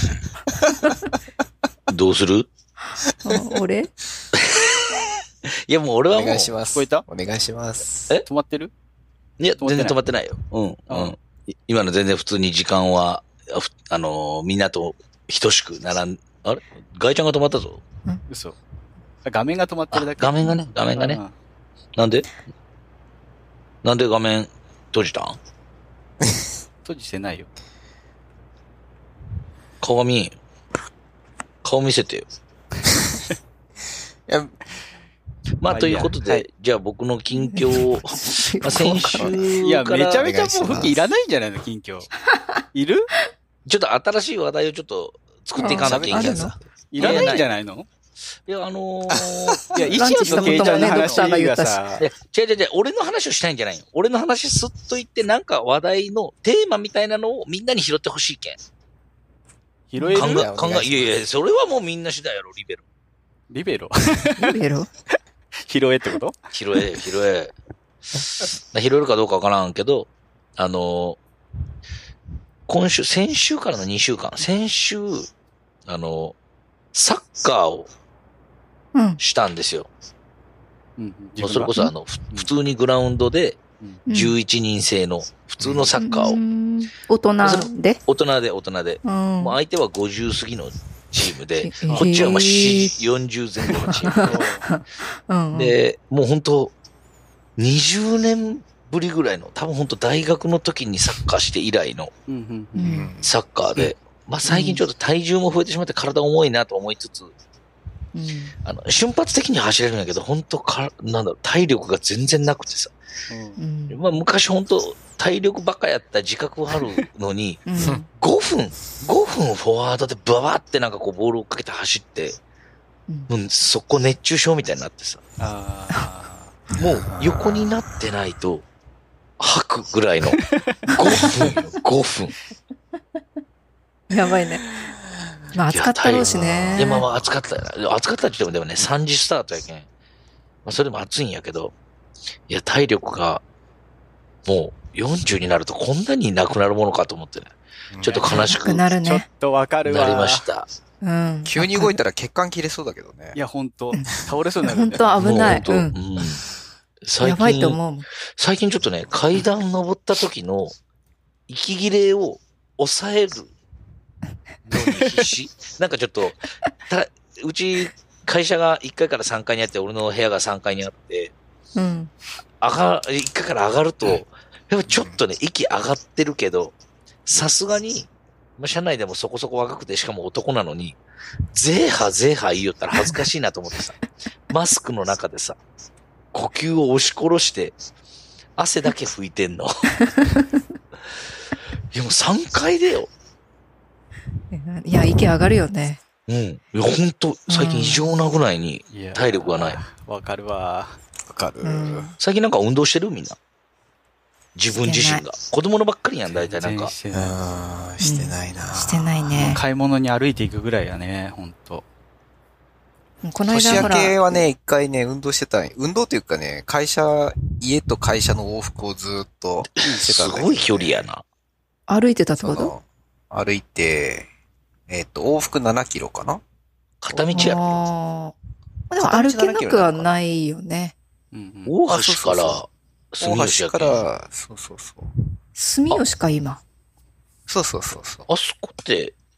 どうする？ あ俺いや、もう俺はもう。 お願いします。 聞こえた？ お願いします。 え止まってる？ いや、 止まってない全然止まってないよ。うん。 ううんん。い今の全然普通に時間は、あふあのーみんなと等しく並ん、あれガイちゃんが止まったぞ。 嘘。画面が止まってあるだけ。 画面がね、画面がね。なんでなんで画面閉じたん？ 閉じてないよ。 鏡、顔見せてよ。 いや、 まあ、 まあいいやということで、 はいじゃあ僕の近況を、まあ、先週から、 いや、めちゃめちゃもうお願いします服いらないんじゃないの近況。いる？ ちょっと新しい話題をちょっと作っていかなきゃいけないさ。 いらないんじゃないの？ いや、あのー、 いや、 ランチ石野とケイちゃんの話したこともねドクターが言ったしさいや違う違う違う、俺の話をしたいんじゃないよ。俺の話すっと言って、なんか話題のテーマみたいなのをみんなに拾ってほしいけん。 拾える考え、 いやお考え、 願いしますいやいや、それはもうみんな次第やろ、リベロ。 リベロリベロ拾えってこと？ 拾え、拾え。まあ拾えるかどうかわからんけど、あのー今週、先週からのにしゅうかん、先週、あのーサッカーをうん。 したんですよ。 うん。 も自分がうそれこそあの、ふ普通にグラウンドでうんじゅういちにん制の普通のサッカーを、 うん大人で大人で大人で、 うん。 もう相手はごじゅう過ぎのチームで、 えーこっちはまあよんじゅう前後のチームうん。 で、で、もう本当にじゅうねんぶりぐらいの、多分本当大学の時にサッカーして以来のうんううんうんん。 サッカーで、まあ最近ちょっと体重も増えてしまって体重いなと思いつつ、 うん。 あの、瞬発的に走れるんだけど、本当か、なんだろう、体力が全然なくてさ。 うんうん。 まあ昔本当体力ばっかやった自覚はあるのに、 うん。 ごふん、ごふんフォワードでババってなんかこうボールをかけて走って、 うんもうそこ熱中症みたいになってさ、 あもう横になってないと吐くぐらいのごふんよ、ごふん。 やばいね。まあ暑かったろうしね。 いや、まあまあ暑かったよ。暑かったって言ってもでもね、さんじスタートやけん。まあそれでも暑いんやけど、いや、体力がもうよんじゅうになるとこんなになくなるものかと思ってね、ちょっと悲しなくくなるあ。ちょっね。 とわかるわ。 なりました。 うん。 急に動いたら血管切れそうだけどね。 いや、ほんと。倒れそうになる本んだよ。 当危ない。う。 もうん本当うん最やばいと近、 思うもん。 最近ちょっとね、階段登った時の息切れを抑えるのに必死。なんかちょっと、たうち会社がいっかいからさんかいにあって、俺の部屋がさんかいにあって、 うん。 上が、いっかいから上がると、やっぱちょっとね、息上がってるけど、さすがに、まあ、社内でもそこそこ若くて、しかも男なのに、ゼーハゼーハ言いよったら恥ずかしいなと思ってさ、マスクの中でさ、呼吸を押し殺して、汗だけ拭いてんの。いやもうさんかいでよ。 いや、息上がるよね。 うん。いや、ほんと、最近異常なぐらいにいや体力がない。 わかるわ。 わかる。 うん。 最近なんか運動してるみんな。自分自してない身が。子供のばっかりやん、大体なんか。 全然してないうん、してないな。 してないね。 買い物に歩いていくぐらいやね、ほんと。 この年明間ほら、 けはね、一回ね、運動してた。運動というかね、会社、家と会社の往復をずーっとしてたんだけどねすごい距離やな。 歩いてたってことその歩いて、えっと、往復ななキロかな片道やろ。 ああ。でも歩けなくはないよね。 うんうん大橋から大住吉橋かやけん。 ら、そうそうそう。 住吉か、今。 そうそうそうそう。 あそこって、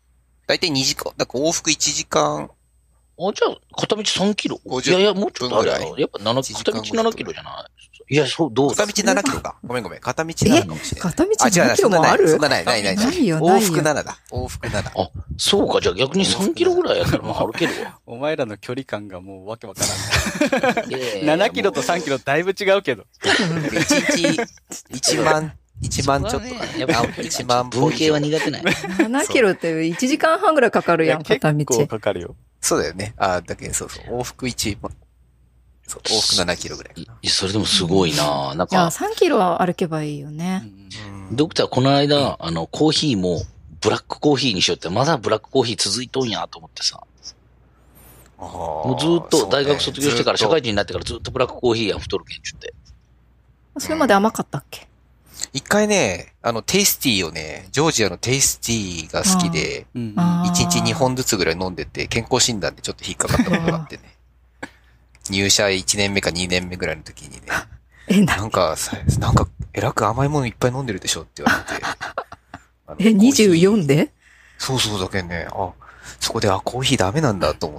だいたいにじかん、なんか往復いちじかん。 あ、じゃあ、片道さんキロ。いやいや、もうちょっとあれやろ。やっぱなな、片道ななキロじゃない。いや、そう、どう片道ななキロか。ごめんごめん。片道ななかもしれない。 片道あ、違うななな、 キロもある？ そんなない、ない、ない、ない。 ないよ、ないよ。 往復ななだ。往復なな。 あ、そうか。じゃあ逆にさんキロぐらいやったらもう歩けるわ。 お前らの距離感がもうわけわからん。 いやいやいやななキロとさんキロだいぶ違うけど。 いちにちいちまん、いちまんちょっとかね。 やっぱいちまん文系は苦手ない。 ななキロっていちじかんはんぐらいかかるやん、片道。 結構かかるよ。 そうだよね。あ、だけどそうそう。往復いちまん。そう、往復ななキロぐらいかな。 いや、それでもすごいな。なんいや、 か、 さんキロは歩けばいいよね。 うんドクターこの間、あの、コーヒーもブラックコーヒーにしようって、まだブラックコーヒー続いとんやと思ってさ。ももうずーっと大学卒業してから社会人になってからずっとブラックコーヒーやん太るけんちゅって。 それまで甘かったっけ？ 一回ね、あの、テイスティーをね、ジョージアのテイスティーが好きで、 うん。 あー一日にほんずつぐらい飲んでて、健康診断でちょっと引っかかったことがあってね。入社いちねんめかにねんめぐらいの時にね、 え、な、 なんかさ、なんか、えらく甘いものいっぱい飲んでるでしょって言われて。あのえ、にじゅうよん？で？ そうそうだけんね、あ、そこで、あ、コーヒーダメなんだと思って、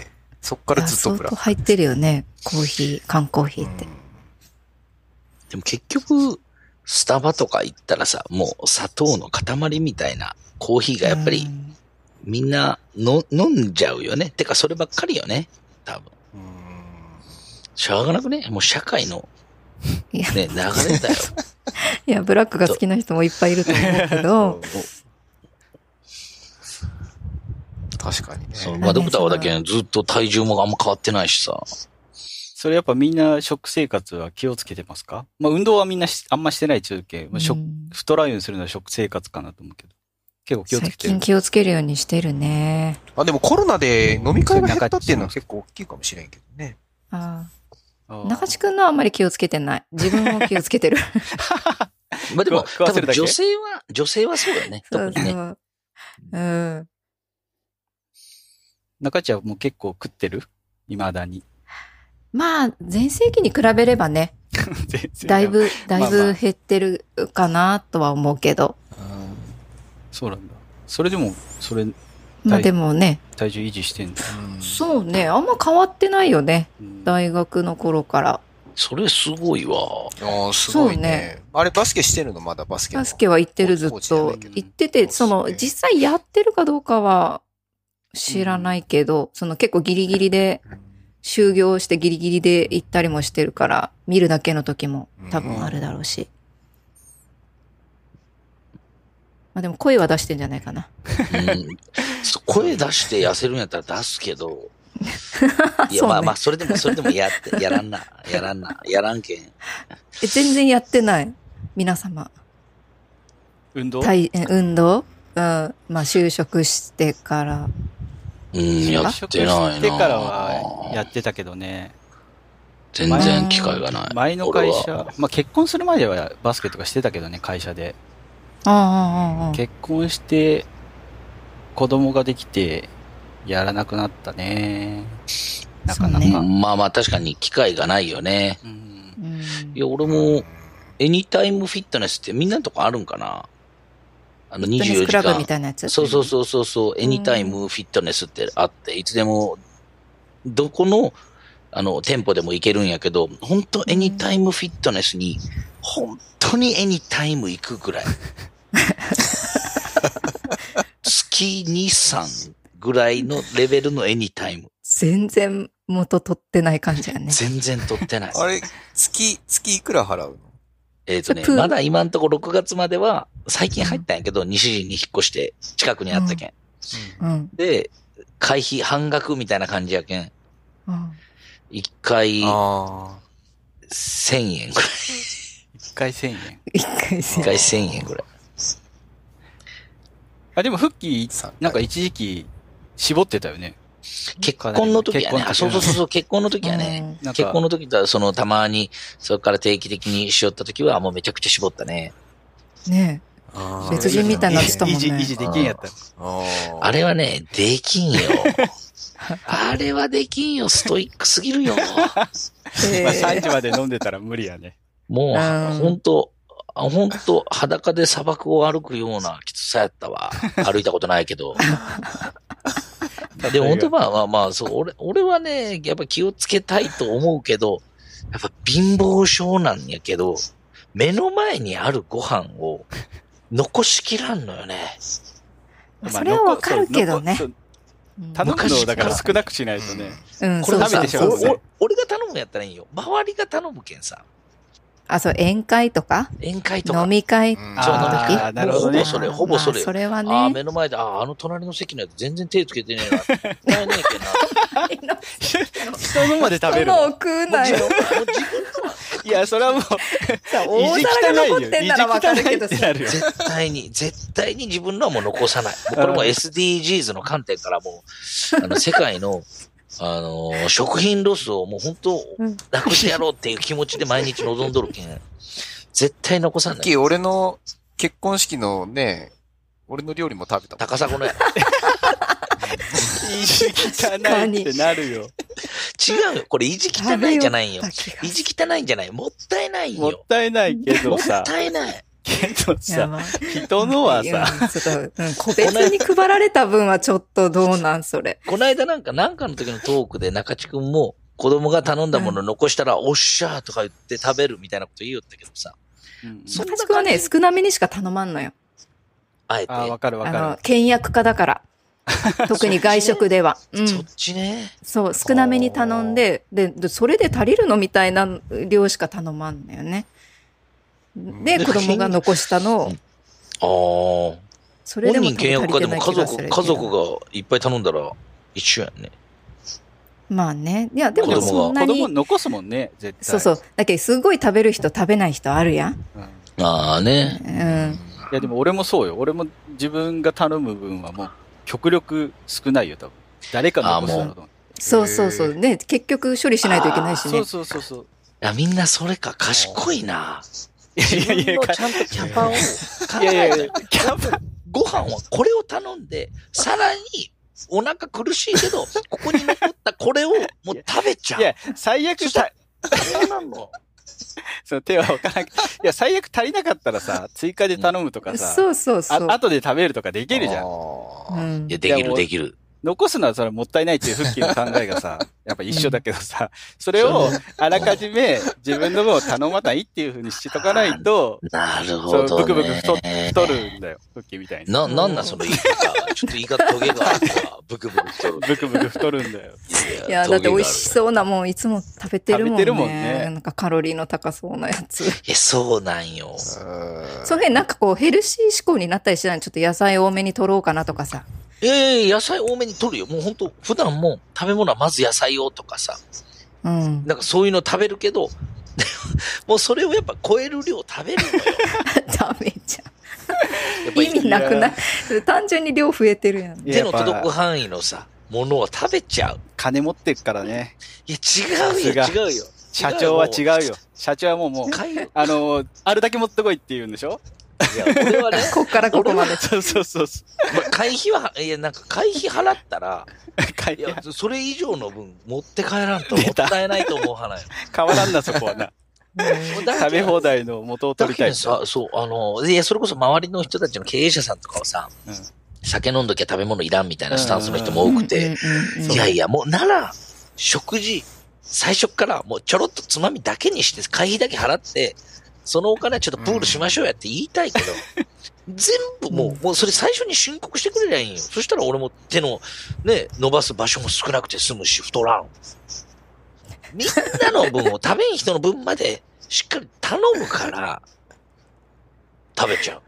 そっからずっと相ブラック。 当入ってるよね。コーヒー、缶コーヒーって。 でも結局、スタバとか行ったらさ、もう砂糖の塊みたいなコーヒーがやっぱりうんみんなの飲んじゃうよね。てかそればっかりよね。多分。 うんしゃがなくねもう社会のいや、 ね、流れだよ。 いや、ブラックが好きな人もいっぱいいると思うけど、 確かにね。 そう、まあドクターはだけずっと体重もあんま変わってないしさ。 それやっぱみんな食生活は気をつけてますか？まあ運動はみんなしあんましてない中継。まあ、食うん太らんようにするのは食生活かなと思うけど。結構気をつ最けてる近。気をつけるようにしてるね。 あ、でもコロナで飲み会が減ったっていうのは結構大きいかもしれんけどね。 ああーあ。中地くんのはあんまり気をつけてない。自分も気をつけてる。 まあでも、多分食わせるだけ女性は、女性はそうだよね。 そう特にね。 そう。うん。 中地はもう結構食ってる？未だに。 まあ、前世紀に比べればね、 全然だいぶ、だいまあまあぶ減ってるかなとは思うけど。 そうなんだ。それでも、それ、 まあはいでもね、 体重維持してんだ。 そうね、あんま変わってないよね。 うん大学の頃から。 それすごいわ。 ああ、すごいね。 そうねあれバスケしてるのまだバスケのバスケは行ってるずっコーチじゃなといけど。 行ってて、その、 そうですね実際やってるかどうかは知らないけど、その結構ギリギリで、就業してギリギリで行ったりもしてるから、見るだけの時も多分あるだろうし。まあでも声は出してんじゃないかな。 うん、声出して痩せるんやったら出すけど。いや、 そうねまあまあ、それでも、それでもやって、やらんな。やらんな。やらんけん。 え全然やってない。皆様。 運動体え運動うん。まあ就職してから。 うん、や就職ってないな。 してからはやってたけどね。 全然機会がない。 前の会俺社は、 まあ結婚する前ではバスケとかしてたけどね、会社で。 ああ、ああ、ああ。 結婚して、子供ができて、やらなくなったね。なかなそうねか。 まあまあ、確かに機会がないよね。 うんうんいや、俺も、エニタイムフィットネスってみんなのとこあるんかなあのフィットネ 24時スクラブみ間。 たいなやつそうそうそうそうそう、エニタイムフィットネスってあって、いつでも、どこの、あの、店舗でも行けるんやけど、本当エニタイムフィットネスに、本当にエニタイム行くぐらい。月に、さんぐらいのレベルのエニタイム。 全然元取ってない感じやね。 全然取ってない。 あれ、月、月いくら払うの？ えっとねプー、 まだ今んところろくがつまでは、最近入ったんやけど、西陣に引っ越して、近くにあったけん。 うん。 で、会費半額みたいな感じやけん。 うん一回、 あせんえんぐらい。 一回せんえん。 一回戦一回せんえんぐらい。 あ、でも、フッキー、 さんなんか一時期、絞ってたよね。 結婚の時はね、あ、そうそうそうそう、結婚の時はね、 なんか結婚の時とは、その、たまに、それから定期的にしよった時は、もうめちゃくちゃ絞ったね。 ねあ。 別人みたいになってたもんね維持、維持できんやった。 ああれはね、できんよ。あれはできんよ、ストイックすぎるよ。 えまあさんじまで飲んでたら無理やね。 もう、 うんほんと、 あほんと裸で砂漠を歩くようなきつさやったわ。歩いたことないけど。でも本当まあまあまあ、そう、俺、俺はね、やっぱ気をつけたいと思うけど、やっぱ貧乏症なんやけど、目の前にあるご飯を残しきらんのよね。 それはわかるけどね。 頼むのだから少なくしないとね。 うん、 これそうそうそうさ、俺が頼むんやったらいいよ。周りが頼むけんさ。 あ、そう、宴会とか宴会とか。 飲み会そう、 うん飲み会。 あーなるほどねほぼそれ、ほぼそれ。 まあそれはね。 ああ、目の前で、ああ、あの隣の席のやつ全然手つけてねえな。絶対ねえけんな。 人のまで食べるの。 人のを食うなよ。 もう自分のいや、それはもう、 さ、大皿が残ってんならわかるけどさ。 絶対に、絶対に自分のはもう残さない。もうこれも エスディージーズ の観点からもう、あの、世界の、あのー、食品ロスをもう本当、なくしてやろうっていう気持ちで毎日望んどるけん。絶対残さない。 さっき俺の結婚式のね、俺の料理も食べたもん。 高砂のや。 意地汚いってなるよ。 違うよ。これ意地汚いんじゃないよ。意地汚いんじゃない。もったいないよ。 もったいないけどもっさ。 たいない。 けどいやさまあ、 人のはさ、 うんちょっと、うん、個別に配られた分はちょっとどうなんそれ。 この間なんか、なんかの時のトークで中地くんも、子供が頼んだもの残したら、おっしゃーとか言って食べるみたいなこと言いよったけどさ。 うんそんな私くんはね、少なめにしか頼まんのよ。 あえて。 あ、わかるわあのか、 倹約家だから。特に外食では。うん。 そっちね。 そう、少なめに頼んで、で、でそれで足りるのみたいな量しか頼まんのよね。で、 で子供が残したのを、 ああ。 それでも本人倹約家でも家族、 家家族がいっぱい頼んだら一緒やんね。 まあね。いや、でも子供がそんな子供に、 残すもんね、絶対。 そうそう。だけど、すごい食べる人、食べない人あるやん。 うん。 ああね。 うん。 いや、でも俺もそうよ。俺も自分が頼む分はもう、極力少ないよ、多分。誰か残すんだと思う。 そうそうそう。ね、結局処理しないといけないしねそう。そうそうそう。 いや、みんなそれか賢いな。 いやいやいや、 自分のちゃんとキャパを考いやいやいやえた。キャパ、ご飯はこれを頼んで、さらにお腹苦しいけど、ここに残ったこれをもう食べちゃう。 いや、最悪た、 そうなの。 その手は置かなくて。いや、最悪足りなかったらさ、追加で頼むとかさ、 そうそうそう。 あ後で食べるとかできるじゃん。 ん。 うんいや、できるいやもうできる。 残すのはそれはもったいないっていうフッキーの考えがさ、やっぱ一緒だけどさ、それをあらかじめ自分の分を頼まないっていうふうにしとかないと、 なるほそう、 ど、ね。 ブクブク太太るんだよ、フッキーみたいに。 な、なんだその言い方。ちょっと言い方トゲがあるわ。ブクブク太る。 ブクブク太るんだよ。 いや、だって美味しそうなもんいつも食べてるもんね。 食べてるもんねなんかカロリーの高そうなやつ。 いや、そうなんよ。 その辺なんかこうヘルシー志向になったりしないのちょっと野菜多めに取ろうかなとかさ。 ええ野菜多めに取るよ。もう本当普段も食べ物はまず野菜をとかさ。 うん。 なんかそういうの食べるけど、もうそれをやっぱ超える量食べるのよ。 ダメじゃん。 やっぱ意味なくない単純に量増えてるやん。 手の届く範囲のさ、ものを食べちゃう。 金持ってっからね。 いや、違うよ、 さすが違うよ。 社長は違うよ。社長はもうもう、 買いよ。 あの、あるだけ持ってこいって言うんでしょいや、俺はね、 こっからここまで。 そうそうそうそまあ会費は、いや、なんか会費払ったら、 う。買いいや、それ以上の分持って帰らんともったいないと思う派なんよ。 変わらんな、そこはな。食べ放題の元をだ取りたいけどさ、そう、あの、いや、それこそ周りの人たちの経営者さんとかはさ、 うん酒飲んどきゃ食べ物いらんみたいなスタンスの人も多くて、 うんうんうんいやいや、もうなら、食事、最初からもうちょろっとつまみだけにして、会費だけ払って、そのお金はちょっとプールしましょうやって言いたいけど、全部もう、もうそれ最初に申告してくれりゃいいんよ。そしたら俺も手のね、伸ばす場所も少なくて済むし、太らん。みんなの分を食べん人の分までしっかり頼むから、食べちゃう。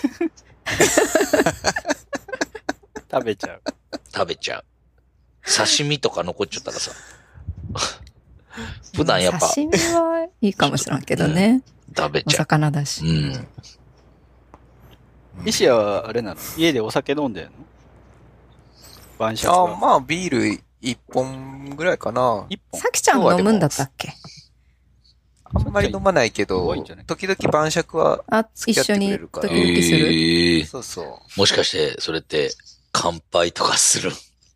食べちゃう。 食べちゃう。刺身とか残っちゃったらさ。普段やっぱ刺身はいいかもしれんけどね。お食べちゃ魚だしう。。うん。 石谷はあれなの家でお酒飲んでんの晩酌あ、 は。 まあ、ビール一本ぐらいかな。 一本さきちゃん飲むんだったっけあんまり飲まないけすごどいんじゃない、 時々晩酌は、 あ、 付き合ってく一緒にれるから時々する。 ええそうそう。 もしかして、それって、乾杯とかする。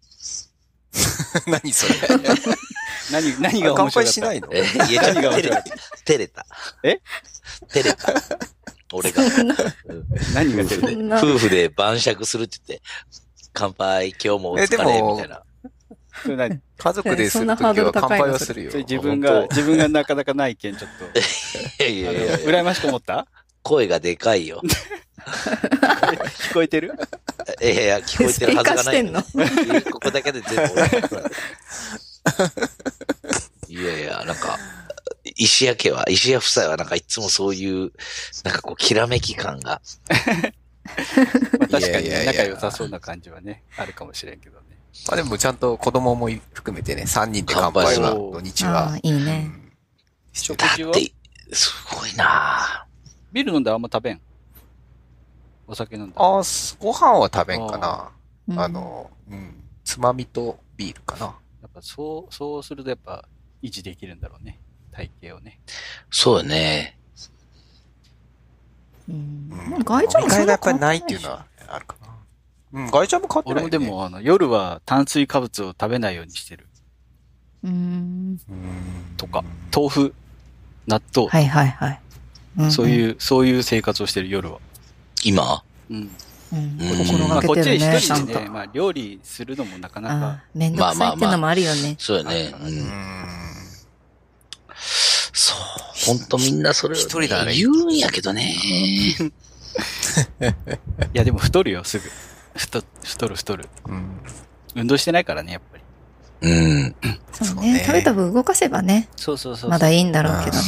何それ。 何、何が面乾白い杯しないのえ、いや、ちょっと照れた。照れた。 え照れた。 俺が。 そんな、 うん何が出る夫婦で、 そんな夫婦で晩酌するって言って、乾杯、今日もお疲れ、 えでもみたいな。 それ何家族でするそんなときは乾ハードル高いの杯はするよそれ。自分が、 本当自分がなかなかないけん、ちょっと。 いやいやいやいやあの羨ましく思った声がでかいよ。 聞こえてるいやいや、聞こえてるはずがない、 スピーカーしてここだけで全部俺がいやいや、なんか、石屋家は、石屋夫妻はなんかいつもそういう、なんかこう、きらめき感が。 まあ確かにいやいやいや仲良さそうな感じはね、あるかもしれんけどね。 まあでもちゃんと子供も含めてね、さんにんで乾杯は土日は。 ああ、いいね。 食事はだって、すごいなビール飲んだらあんま食べん。お酒飲んだら。 ああ、すご飯は食べんかな。 うんあの、うん。つまみとビールかな。 やっぱそう、そうするとやっぱ維持できるんだろうね。体型をね。 そうよね。 うんうん。 まあ外茶も飲み会がやっぱりないそんなっていうのはあるかな。うん、外茶も変わってない、ね。 俺もでも、あの、夜は炭水化物を食べないようにしてる。 うん。 うん、 とか、豆腐、納豆、 はいはいはい。うん。 そういう、そういう生活をしてる夜は。 今うん。 うん。 うん心まあ、こっちでがけてるね、ちゃんと。 一人でね、まあ、料理するのもなかなあかあ、めんどくさいっていうのもあるよね。 そうよね。う。 うんん。 そう。ほんとみんなそれをね、 一人だね言うんやけどね。 いや、でも太るよ、すぐ。太、太る太る。 うん。 運動してないからね、やっぱり。 うん。 そうそうねね。食べた分動かせばね、 そうそうそう。 まだいいんだろうけどね。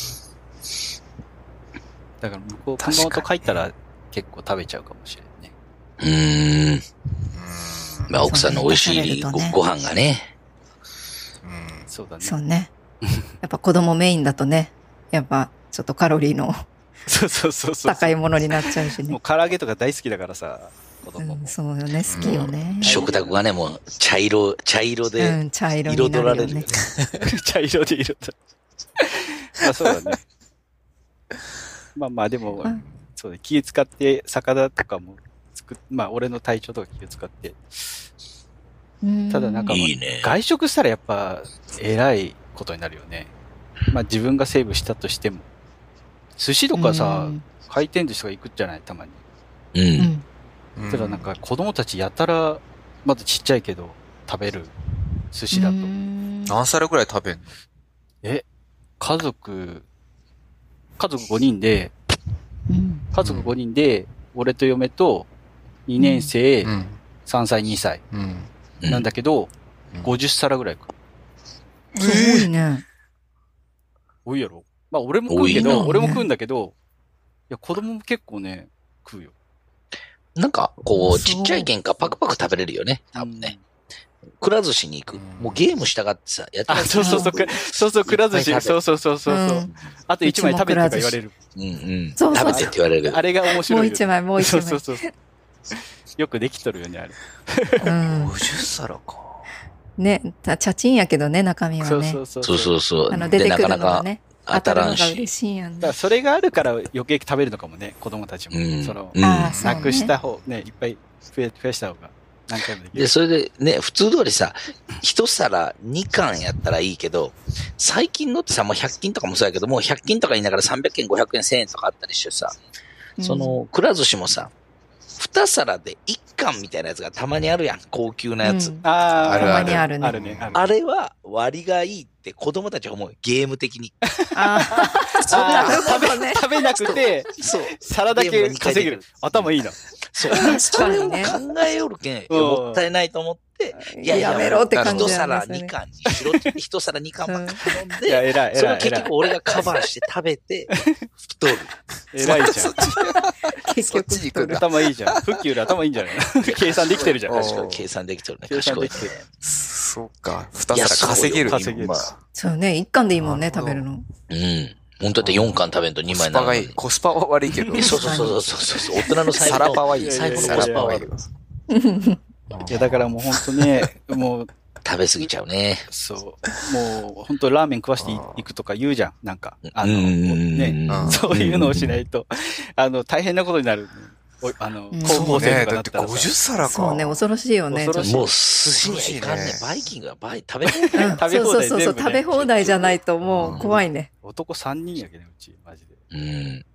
だから向こう、 確かに熊本帰ったら結構食べちゃうかもしれないね。 うーん。まあ、奥さんの美味しいご,、ご飯がね。 うん。 そうだね。 そうね。やっぱ子供メインだとね、やっぱちょっとカロリーのそうそうそうそう。 高いものになっちゃうしね。 もう唐揚げとか大好きだからさ、子供も。 うん、そうよね、好きよね。 食卓がね、もう茶色、茶色うでん、茶色にな彩らるよねれるよね。。 茶色で色と。まあそうだね。まあまあでも、 うんそうね、気使って魚とかも作っ、まあ俺の体調とか気を使って。 うんただなんか、 いいね。 外食したらやっぱ偉いことになるよね。まあ自分がセーブしたとしても。寿司とかさ、回転寿司とか行くじゃない、たまに。 う。 うんん。 うん。 ただなんか子供たちやたら、まだちっちゃいけど、食べる寿司だと。 うん何皿ぐらい食べんの？ え、家族、家族ごにんで、 うん家族ごにんで、俺と嫁とにねん生、 うん。 さんさい、にさいうん。 うんなんだけど、 うんごじゅっ皿ぐらいか。 すごいね。 多いやろまあ俺も食うけど、 多いな俺も食うんだけど、いや子供も結構ね、食うよ。 なんか、こう、 そうちっちゃい喧嘩パクパク食べれるよね。多分ね。 うん。 くら寿司に行く。 うんもうゲームしたがってさ、やってあ、そうそうそう、くそうそう、くら寿司、そうそうそうそう。ううんあといちまい食べてとか言われる。 うんうん。 そうそう食べてって言われるけどあ。れが面白いよね。 もう一枚、もう一枚。 そうそうそう。よくできとるよね、あれ。 うんごじゅっ皿か。 ね、たチャチンやけどね、中身はね。 そうそうそう。 そうそうそう。 あの、出てくるのでなかなかがね、当当たたるのがらんし。 嬉しいんやんねだから。それがあるから余計食べるのかもね、子供たちも。 うんその、 うんああ、そうね。 なくした方、ね、いっぱい増や増やした方が何回もできで、 る。 それでね、普通通りさ、一皿に貫やったらいいけど、最近のってさ、もうひゃく均とかもそうやけど、もうひゃく均とか言いながらさんびゃくえん、ごひゃくえん、せんえんとかあったりしてさ、 うんそ、の、くら寿司もさ、二皿で一貫みたいなやつがたまにあるやん、高級なやつ。 うんああ、 あるあるたまにあるねあるね。あるあれは割がいいって子供たちは思うよ。ゲーム的に。 あそんなあー食べね食べなくて、 そう。 皿だけ稼げる。頭いいな。 そう。 確それをかにね考えよるけん、いやうんもったいないと思って、いやいや、 やめろって感じ一だよね皿二貫にしろって、一皿二貫ばっか頼んいや、 で、 偉い、偉い、 それを結偉い局。俺がカバーして食べて、太る。 偉いじゃん。 結そっ局ちに来るな。 頭いいじゃん。フッキーより頭いいんじゃない計算できてるじゃん。 お確かに計算できてるね。 計算賢いねできてる。 そうか。二皿稼げる。 稼げる今そうね、一貫でいいもんね、 なるほど食べるの。 うん。本当だってよん貫食べんとにまいコスパがいい。 なるのに。 コスパは悪いけど。 そうそうそうそうそう。大人の最後のサラパはいい。 最後のサラパはいいよ。 いや、だからもう本当ね、もう、 食べ過ぎちゃうね。 そう、もう本当ラーメン食わしていいくとか言うじゃん。なんか、あの、 うんね、 うんそういうのをしないと、あの、大変なことになる。おあの、 うん高校生ねとかだったらだってごじゅっさ。 皿か。 そうね、恐ろしいよね。 恐ろしいもう寿司にはいかんね恐ろしいね。 バイキングはバイ、食べ放題。 うん食べ放題そうそうそうそう、 全部ね食べ放題じゃないともう怖いね。 男さんにんやけど、うち、マジで。 うん。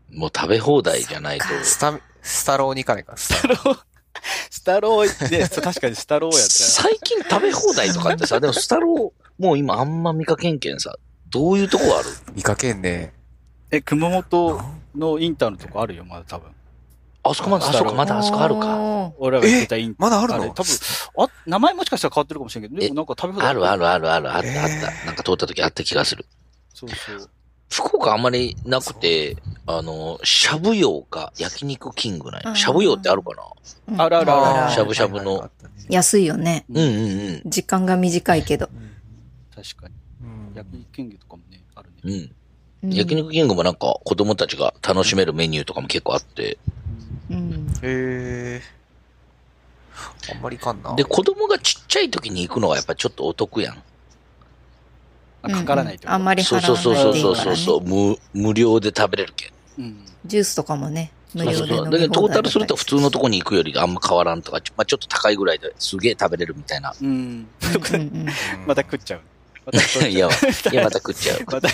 もう食べ放題じゃないと。 スタ、スタローに行かないか、スタロー。 スタロー、ね、確かにスタローやったよ。 最近食べ放題とかってさ、でもスタロー、もう今あんま見かけんけんさ、どういうとこある？ 見かけんね。 え、熊本のインターのとこあるよ、まだ多分。 あそこまで、あそこまだあそこあるか。 俺らが行ってたインター。 まだあるの？ 多分、あ、名前もしかしたら変わってるかもしれんけど、でもなんか食べ放題。 あるあるあるある、あったあっえた。なんか通った時あった気がする。 そうそう。 福岡あんまりなくて、あの、しゃぶ用か焼肉キングなんや。しゃぶ用ってあるかな？ あるあるある。 しゃぶしゃぶの。 安いよね。 うんうんうん。 時間が短いけど。 確かに。焼肉キングとかもね、あるね。 うん。焼肉キングもなんか子供たちが楽しめるメニューとかも結構あって。 うん。 へー。あんまりいかんな。 で、子供がちっちゃい時に行くのはやっぱちょっとお得やん。 かからないと。 あんまり払そうわないでいいから、ね。 そうそうそうそう、無、無料で食べれるけん。 うん。 ジュースとかもね、無料で飲み放題だったり。 だけどトータルすると普通のとこに行くよりあんま変わらんとか、まあちょっと高いぐらいですげえ食べれるみたいな。 うん。 うんうんまた食っちゃう。また食っちゃう。 いや、いやまた食っちゃう。 また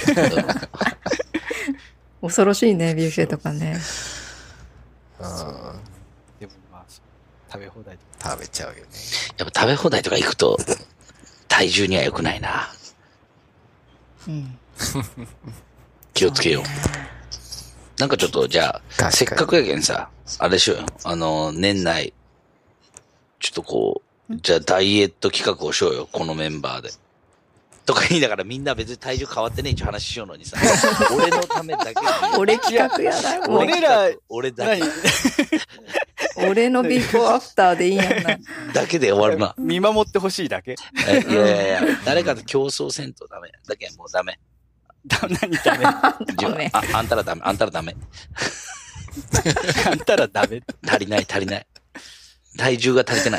恐ろしいね、ビュッフェとかね。 うん。 でもまあ、食べ放題とか。 食べちゃうよね。 やっぱ食べ放題とか行くと、体重には良くないな。 うん。 気をつけよう。なんかちょっと、じゃあ、せっかくやけんさ、あれしようよ。あの、年内、ちょっとこう、じゃあダイエット企画をしようよ。このメンバーで。とか言いながらみんな別に体重変わってねえって話しようのにさ、俺のためだけに。 俺企画やな。 俺ら、 俺だけ。 俺のビフォーアフターでいいんやな。 だけで終わるな。 見守ってほしいだけ。 えいやいやいや、誰かと競争せんとダメ。だけんもうダメ。 だ、何ダメ。 自分あ、あんたらダメ、あんたらダメ。 あんたらダメ。 足りない足りない。体重が足りてない。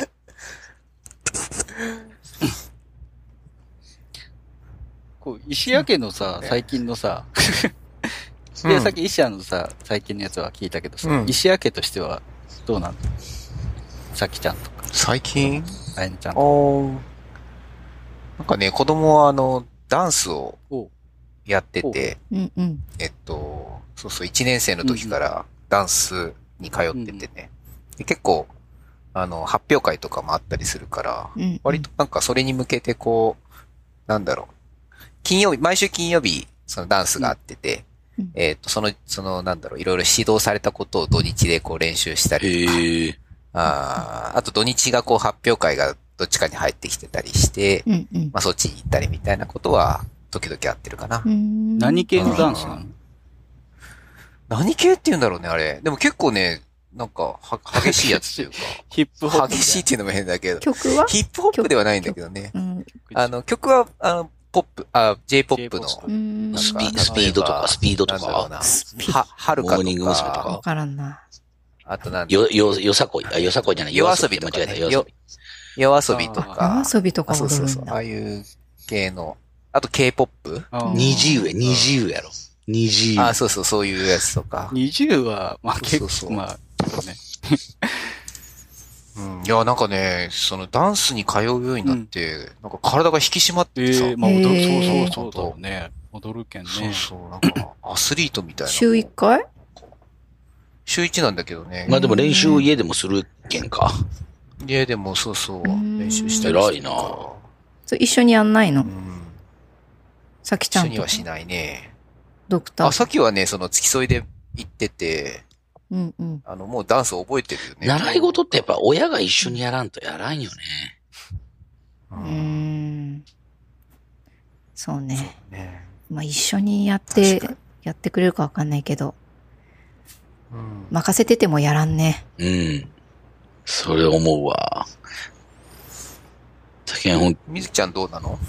こう、石屋家のさ、最近のさ、で、さっき石屋のさ、最近のやつは聞いたけどさ、 うん、 石屋家としてはどうなの？さきちゃんとか。 最近あやねちゃんとか。なんかね、子供はあの、ダンスをやってて、 うんうん、 えっと、そうそう、いちねん生の時からダンスに通っててね。うんうん、で結構、あの、発表会とかもあったりするから、 うんうん、 割となんかそれに向けてこう、なんだろう、金曜日、毎週金曜日、そのダンスがあってて、うん、えっと、その、その、なんだろう、いろいろ指導されたことを土日でこう練習したりとか、 へああと土日がこう発表会がどっちかに入ってきてたりして、 うんうん、 まあそっちに行ったりみたいなことは時々やってるかな。 何系のダンスなの？ 何系って言うんだろうね、あれ。でも結構ね、なんか、は、激しいやつっていうか。 ヒップホップ。 激しいっていうのも変だけど。 曲はヒップホップではないんだけどね。 うん、 あの、曲は、あの、ポップ、あ、J-ポップの。 スピ、スピードとか、スピードとか。 は、はるかとか。 モーニング娘。とか。 わからんな。 あとなんよ、よ、よさこい。あ、よさこいじゃない。 夜遊びとか、ね。間違えた、夜遊び。夜遊びとか。 夜遊びとかそうそうそう。ああいう系の。あと K-ポップ？ 二十上、二十やろ。二十。 あ、そうそう、そういうやつとか。 二十は、まあ結構、そうそうまあ、そうね。 うん、いや、なんかね、そのダンスに通うようになって、うん、なんか体が引き締まってさ。 えー、まあ踊る、そうそうそうだね。踊るけんね。 そうそう、なんかアスリートみたいな。 週一回？ 週一なんだけどね。 まあでも練習を家でもするけんか。 家でもそうそう、練習したり偉いなそ一緒にやんないの？うん。さきちゃんと。 一緒にはしないね。 ドクター。 あ、さきはね、その付き添いで行ってて、 うんうん。 あの、もうダンス覚えてるよね。 習い事ってやっぱ親が一緒にやらんとやらんよね。 うーん。そうね。 そうね。 まあ一緒にやって、やってくれるかわかんないけど、うん、任せててもやらんね。 うん。それ思うわ。たけんほん。 みずきちゃんどうなの？ ん？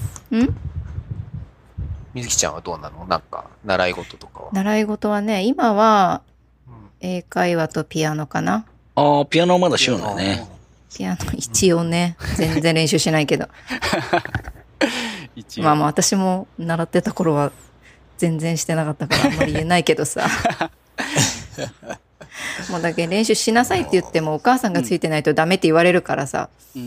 みずきちゃんはどうなの？なんか、習い事とかは。 習い事はね、今は、英会話とピアノかな。 ああ、ピアノはまだしようだね。 ピアノ一応ね、全然練習しないけど。まあまあ私も習ってた頃は全然してなかったからあんまり言えないけどさ。もうだけ練習しなさいって言ってもお母さんがついてないとダメって言われるからさ。 うん、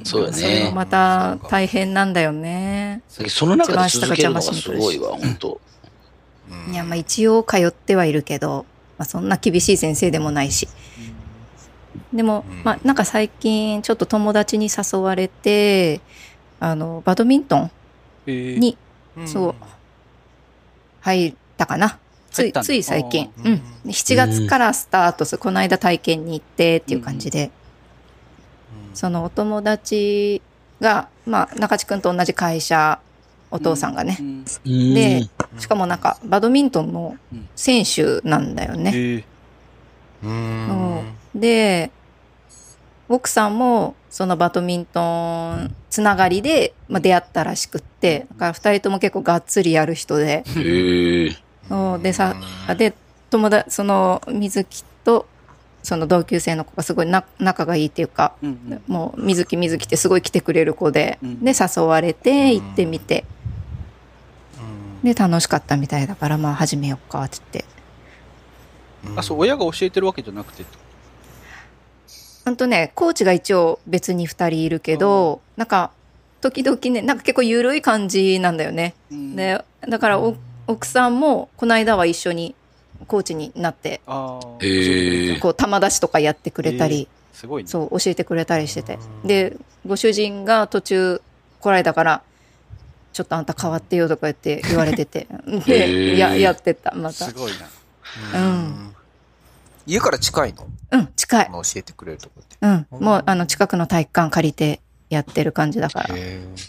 そうよね。 それもまた大変なんだよね。 その中で続けるのがすごいわ、本当。 いや、まあ一応通ってはいるけど、 まあそんな厳しい先生でもないし。でも、まあなんか最近ちょっと友達に誘われて、あの、バドミントンに、そう、入ったかな。つい、つい最近。うん。しちがつからスタートする。この間体験に行ってっていう感じで。そのお友達が、まあ中地くんと同じ会社、お父さんがね。で、しかもなんかバドミントンの選手なんだよね。で、奥さんもそのバドミントンつながりで、まあ、出会ったらしくって、だから二人とも結構がっつりやる人で。でさ、で、友達、その水木とその同級生の子がすごいな仲がいいっていうか、うんうん、もう水木水木ってすごい来てくれる子で、うん、で誘われて行ってみて、うん、で楽しかったみたいだからまあ始めようかって言って。 あ、そう、親が教えてるわけじゃなくて。 ほんとね、コーチが一応別に二人いるけど、なんか時々ね、なんか結構緩い感じなんだよね。うん、で、だからお奥さんもこの間は一緒にコーチになって、あこう球出しとかやってくれたり、 すごいね、 そう教えてくれたりしてて、でご主人が途中来られたからちょっとあんた変わってよとか言って言われてて、でややってたまた。 すごいな。うん。 家から近いの？ うん近い。 教えてくれるとこって。 うん。もうあの近くの体育館借りてやってる感じだから。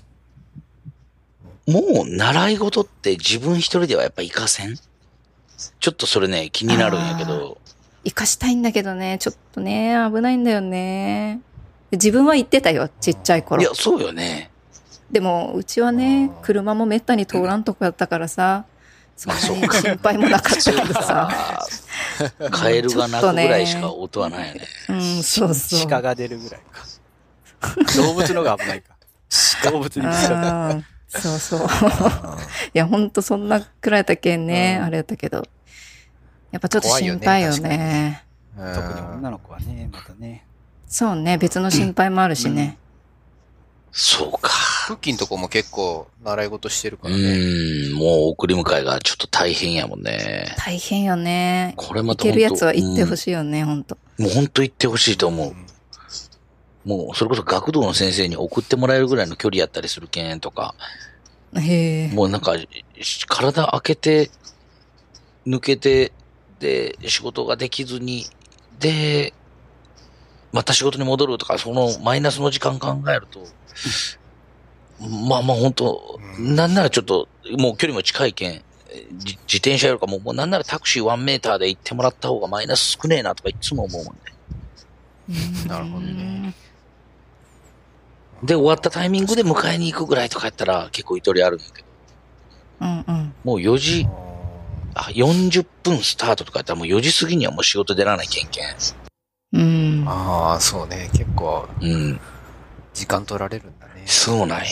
もう習い事って自分一人ではやっぱ活かせん？ちょっとそれね、気になるんやけど。 活かしたいんだけどね、ちょっとね、危ないんだよね。自分は言ってたよ、ちっちゃい頃。 いや、そうよね。 でも、うちはね、車もめったに通らんとこやったからさ、そんなに心配もなかったけどさ。 カエルが鳴くぐらいしか音はないよね。 うん、そうそう。 鹿が出るぐらいか。動物のが危ないか。動物にぶつかった。 そうそう。いや、ほんとそんなくらいだけね、あれやったけど。やっぱちょっと心配よね。 特に女の子はね、またね。 そうね、別の心配もあるしね。 そうか。 クッキーのとこも結構習い事してるからね。 うん、もう送り迎えがちょっと大変やもんね。 大変よね。 これまた行けるやつは行ってほしいよね、ほんと。 もうほんと行ってほしいと思う。もう、それこそ学童の先生に送ってもらえるぐらいの距離やったりするけんとか。 へえ。 もうなんか、体開けて、抜けて、で、仕事ができずに、で、また仕事に戻るとか、そのマイナスの時間考えると、まあまあ本当、なんならちょっと、もう距離も近いけん、自転車よりかも、もうなんならタクシーワンメーターで行ってもらった方がマイナス少ねえなとかいつも思うもんね。 なるほどね。 で、終わったタイミングで迎えに行くぐらいとかやったら結構ゆとりあるんだけど。 うんうん。 もうよじ、あ、よんじゅっぷんスタートとかやったらもうよじ過ぎにはもう仕事出らないけんけん。 うん。 ああ、そうね。結構、 うん。 時間取られるんだね。 そうなんよ。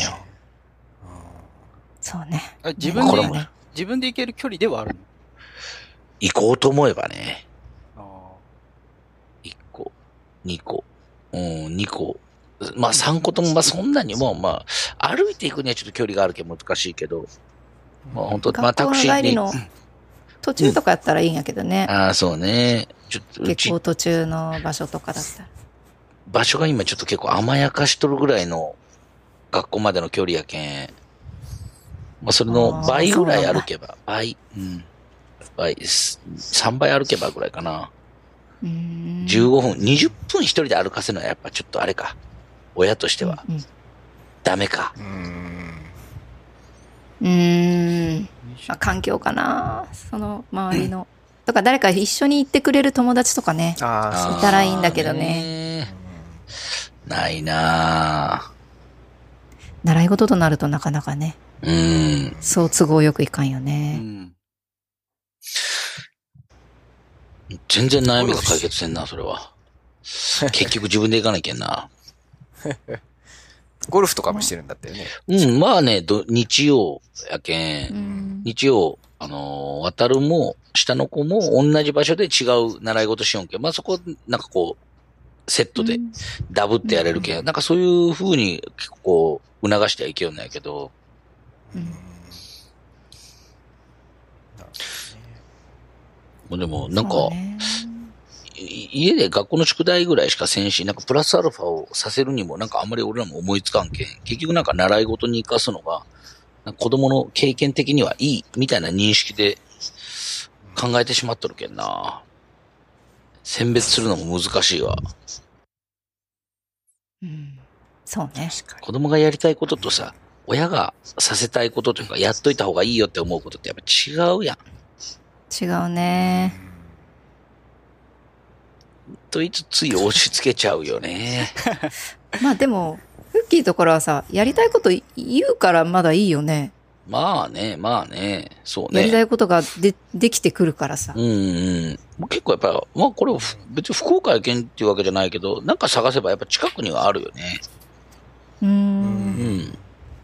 そうね。 自分で、ね、自分で行ける距離ではあるの？ 行こうと思えばね。 あいっこ、にこ、うん、にこ。まあさんこともまあそんなにも、まあ、歩いていくにはちょっと距離があるけど難しいけど、まあ本当、まあタクシーに。 途中とかやったらいいんやけどね。 うん、ああ、そうね。ちょっと結構途中の場所とかだったら。 場所が今ちょっと結構甘やかしとるぐらいの学校までの距離やけん。まあそれの倍ぐらい歩けば、倍、うん。倍、さんばい歩けばぐらいかな。 うーんじゅうごふん、にじゅっぷん一人で歩かせるのはやっぱちょっとあれか。親としては。うんうん、ダメか。 うーん。 うーん。まあ、環境かな。その周りの。とか誰か一緒に行ってくれる友達とかね。あいたらいいんだけどね。 ないなぁ。 習い事となるとなかなかね。 うん。 そう都合よくいかんよね。うん、 全然悩みが解決せんな、それは。結局自分で行かなきゃな。 ゴルフとかもしてるんだったよね。 うん、まあね、ど日曜やけん。うん、日曜、あのー、渡るも、下の子も同じ場所で違う習い事しよんけん。まあそこ、なんかこう、セットでダブってやれるけん。うん、なんかそういう風に結構促してはいけよんないけど。うん、 もうでも、なんか、 そうねい家で学校の宿題ぐらいしかせんし、なんかプラスアルファをさせるにも、なんかあんまり俺らも思いつかんけん。結局なんか習い事に活かすのが、なんか子供の経験的にはいい、みたいな認識で考えてしまっとるけんな。選別するのも難しいわ。 うん。そうね。 子供がやりたいこととさ、親がさせたいことというか、やっといた方がいいよって思うことってやっぱ違うやん。 違うね。 といつつい押し付けちゃうよね。 まあでも、フッキーところはさ、やりたいこと言うからまだいいよね。 まあね、まあね、そうね。 やりたいことがで、できてくるからさ。 うんうん。結構やっぱ、まあこれ別に福岡やけんっていうわけじゃないけど、なんか探せばやっぱ近くにはあるよね。 うー。 うんん。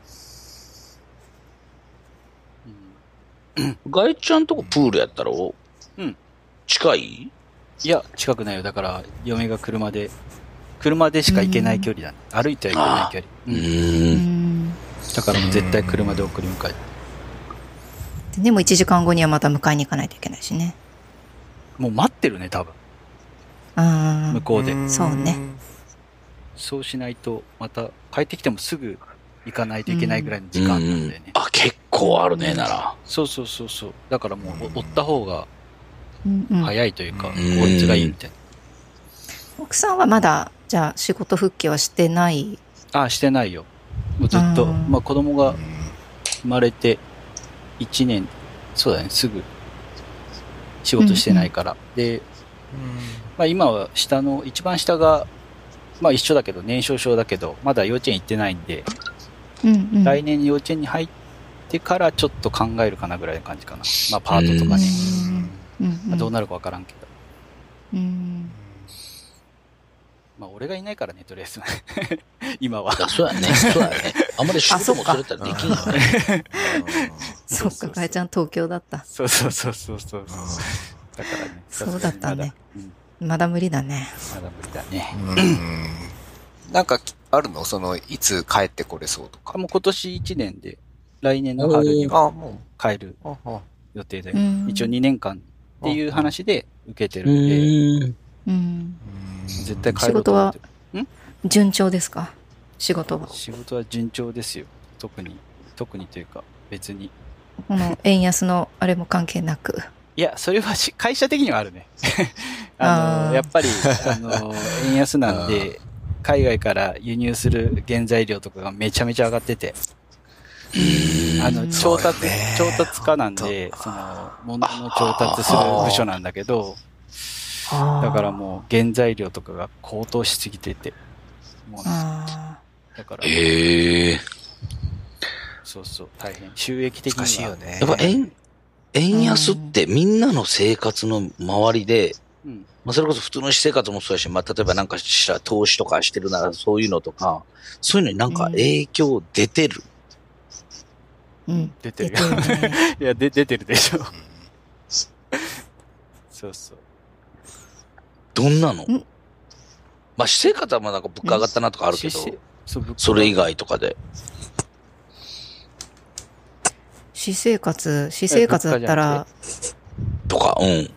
ガイちゃんとこプールやったろ？ うん。 近い？ いや、近くないよ。だから、嫁が車で、車でしか行けない距離だね。歩いてはいけない距離。 ううんー。 うんん。 だからもう絶対車で送り迎え。 でもいちじかんごにはまた迎えに行かないといけないしね。 もう待ってるね、多分。 あ向こうで。 そうね。 そうしないと、また帰ってきてもすぐ行かないといけないぐらいの時間なんだよね。 あ、結構あるね、なら。 そうそうそうそう。だからもう、追った方がうんうん。 早いというか、 ん効率がいいみたい奥さんはまだ、じゃあ仕事復帰はしてない。 な。あ、してないよ。もうずっと、 うんまあ子供が生まれていちねん、そうだね、すぐ仕事してないから。で、まあ今は下の、一番下が、まあ一緒だけど、年少症だけど、まだ幼稚園行ってないんで、 うんうん。 来年幼稚園に入ってからちょっと考えるかなぐらいの感じかな。まあパートとかね。 うんうんまあどうなるかわからんけど。 うん。 まあ俺がいないからね、とりあえず。今は。 あ、そうやね。そうやね。あんまり仕事もそれたらできんよね。 そっか、かえちゃん東京だった。 そうそうそうそうそう。だからね。 そうだったねまだ。うん。 まだ無理だね。 まだ無理だね。 うんなんかあるのその、いつ帰ってこれそうとか。 もう今年いちねんで、来年の春にはあ、も帰るう。ああ予定だよ。 うん一応にねんかんっていう話で受けてうるんで、 ーん。 うん。 絶対帰ろうと思ってる。 順調ですか？仕事は。 仕事は順調ですよ。特に、特にというか、別に。 この円安のあれも関係なく。 いや、それはし会社的にはあるね。あの、 あーやっぱり、あの、円安なんで、海外から輸入する原材料とかがめちゃめちゃ上がってて、あの、調達、 そうよね調達家なんで、その、物の調達する部署なんだけど、だからもう原材料とかが高騰しすぎてて、もう、 あだから、 へえ。 そうそう、大変。収益的には。 難しいよね。 やっぱ円、円安ってみんなの生活の周りで、 うん。 まあ、それこそ普通の私生活もそうだし、まあ、例えばなんかしら投資とかしてるならそういうのとか、そういうのになんか影響出てる。 ーうん。 出てる出てるね。 いや、で、出てるでしょ。そうそう。 どんなのんまあ、私生活はまあなんか物価上がったなとかあるけどし、しそう物価それ以外とかで。 私生活、私生活だったら、 とか、うん。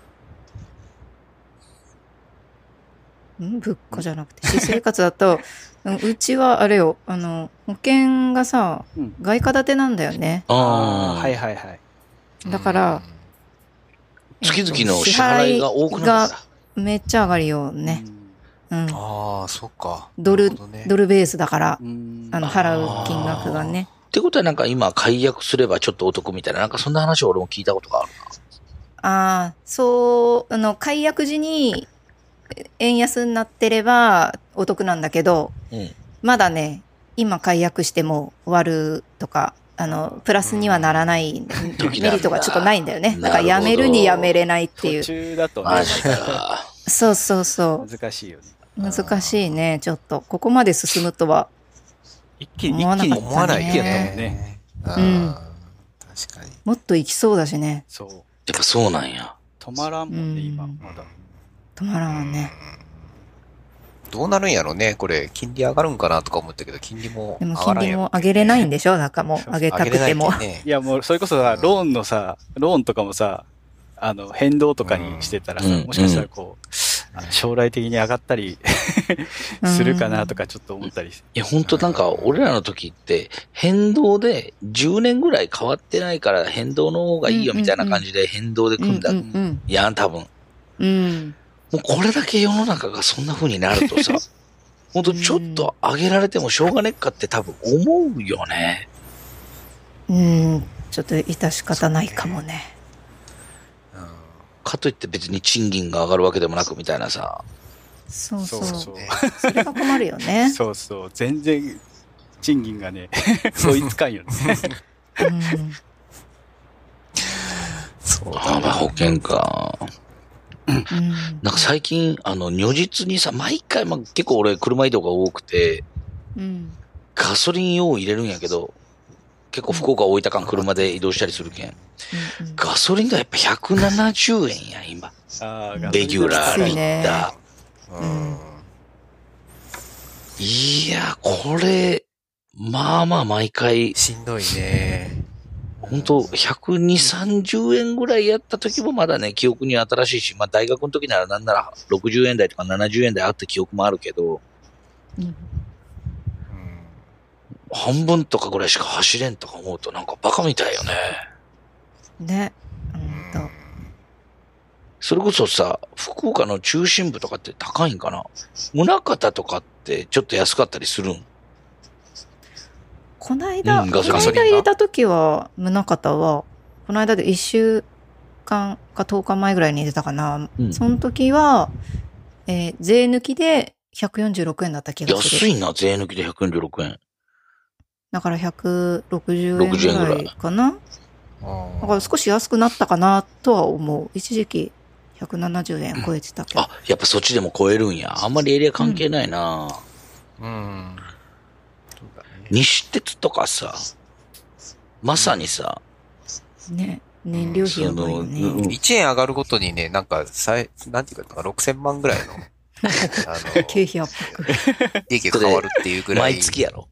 ん物価じゃなくて、私生活だと、うんうちはあれよ、あの、保険がさ、 うん外貨建てなんだよね。 あああ、 あ、はいはいはい。 だから、 月々の支払いが多くなるかめっちゃ上がるよね。うん。 ああ、そっか。 ドルなるほどねドルベースだからう、ん。 あの、払う金額がね。 ら。ってことはなんか今解約すればちょっとお得みたいな、なんかそんな話を俺も聞いたことがあるああ、そう、あの、解約時に円安になってればお得なんだけど、 な。うん。 まだね、今解約しても割るとか、あの、プラスにはならない、メ時なんだリットがちょっとないんだよね。 なるほどだからやめるにやめれないってい途う。 中だとね、 マジか。 そうそうそ難しいよね。 う。難しいね、ちょっと。ここまで進むとは。 一気に、 思わなかったね一気に思わない一気にやったもんね。 うん。確かに。 もっと行きそうだしね。 そう。 やっぱそうなんや。 止まらんもんね、 うん今、まだ。 止まらんね。 どうなるんやろねこれ、金利上がるんかなとか思ったけど、金利もでも上がらんやろ。 金利も上げれないんでしょだからもう上げたくても。 上げれないけんねいや、もう、それこそさ、ローンのさ、ローンとかもさ、 あの、変動とかにしてたらさ、 うんもしかしたらこう、将来的に上がったりするかなとかちょっと思ったりして。 いや、ほんとなんか、俺らの時って、変動でじゅうねんぐらい変わってないから変動の方がいいよみたいな感じで変動で組んだ。 うんうんやん、多分。 うん。うんもうこれだけ世の中がそんな風になるとさ、ほんとちょっと上げられてもしょうがねっかって多分思うよね。 うん、ちょっと致し方ないかもね。 かといって別に賃金が上がるわけでもなくみたいなさ。 そうそう。 そそうそれが困るよね。 そうそう。全然、賃金がね、追いつかんよね。 うん、 そうああ、まあ保険か。 うん、 なんか最近、あの、如実にさ、毎回、まあ、結構俺車移動が多くて、 うん。 ガソリン用入れるんやけど、結構福岡大分間車で移動したりするけん。 うんガソリンがやっぱひゃくななじゅうえんや、今。 あーレギュラー、リきついねッタうん。 ー。いや、これ、まあまあ毎回、 しんどいね。 ほんと、ひゃくにじゅう、さんじゅうえんぐらいやった時もまだね、記憶に新しいし、まあ大学の時ならなんならろくじゅうえん台とかななじゅうえん台あった記憶もあるけど、 うんうん半分とかぐらいしか走れんとか思うとなんかバカみたいよね。 ね。うんと。 それこそさ、福岡の中心部とかって高いんかな？宗像とかってちょっと安かったりするん？ こないだ、 うんこガソリンの間入れた時は、宗像は、この間でいっしゅうかんかとおかまえぐらいに入れたかな。 うんその時は、えー税抜きでひゃくよんじゅうろくえんだった気がする。 安いな、税抜きでひゃくよんじゅうろくえん。 だからひゃくろくじゅうえんぐらいかな。だから少し安くなったかなとは思う。一時期ひゃくななじゅうえん超えてたけど。 あ、やっぱそっちでも超えるんや。あんまりエリア関係ないな、 うん。そうだね。 西鉄とかさ、まさにさ、 ね。燃料費やばいよね。 そのうんいちえん上がるごとにね、なんか、さい、なんていうか、ろくせんまんぐらいの、あの、 経費圧迫。 利益が変わるっていうぐらい。 毎月やろ。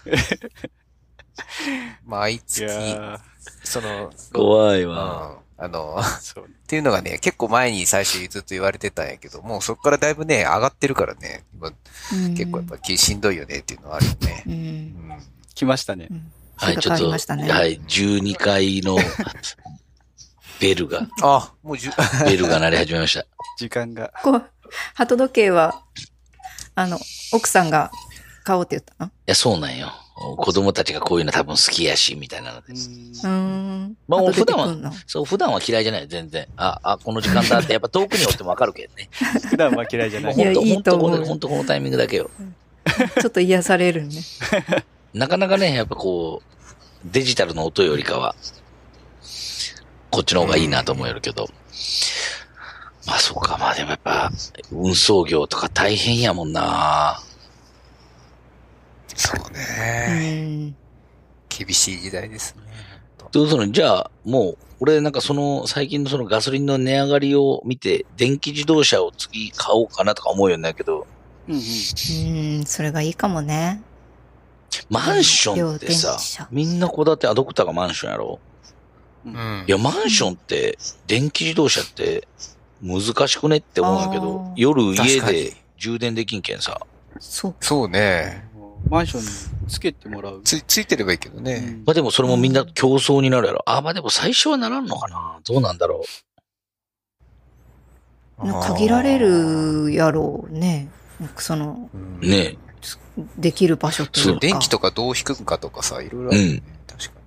毎い月、 やー、 その、 怖いうん、 わ。 あの、 そう。 っていうのがね、結構前に最初ずっと言われてたんやけど、もうそこからだいぶね、上がってるからね、今うん結構やっぱしんどいよねっていうのはあるよね。 う。 うんん。 来ましたね。 はい、ちょっと、 変わりましたね。 はい、じゅうにかいのベルが、 あ、もうじゅ、 ベルが鳴り始めました。 時間が。 こう、鳩時計は、あの、奥さんが買おうって言ったの？ いや、そうなんよ。子供たちがこういうの多分好きやし、みたいなので。 うーん。 まあ後出て普段はくんの？ そう、普段は嫌いじゃない、全然。あ、あ、この時間だって、やっぱ遠くにおってもわかるけどね。 普段は嫌いじゃない。 いやほんと、 いいと思うほんとこれ、ほんとこのタイミングだけよ。 ちょっと癒されるね。 なかなかね、やっぱこう、デジタルの音よりかは、こっちの方がいいなと思えるけど。まあそうか、まあでもやっぱ、運送業とか大変やもんな。 そううね。 ん。 厳しい時代ですね。 どうするの？じゃあ、もう、俺なんかその、最近のそのガソリンの値上がりを見て、電気自動車を次買おうかなとか思うようになるけど、 うんうん。 うん、それがいいかもね。 マンションって両さ電気車、 みんなこだってアドクターがマンションやろ？ うん。 いや、マンションって、電気自動車って難しくねって思うんやけどあ、ー夜家確かにで充電できんけんさ。 そう。 そうね。 マンションにつけてもらう。 つ、ついてればいいけどね。 うんまあでもそれもみんな競争になるやろ。あ、まあでも最初はならんのかな？どうなんだろ限られるやろうね。その、 うんう。ねできる場所というか。 電気とかどう引くんかとかさ、いろいろあるよね。確か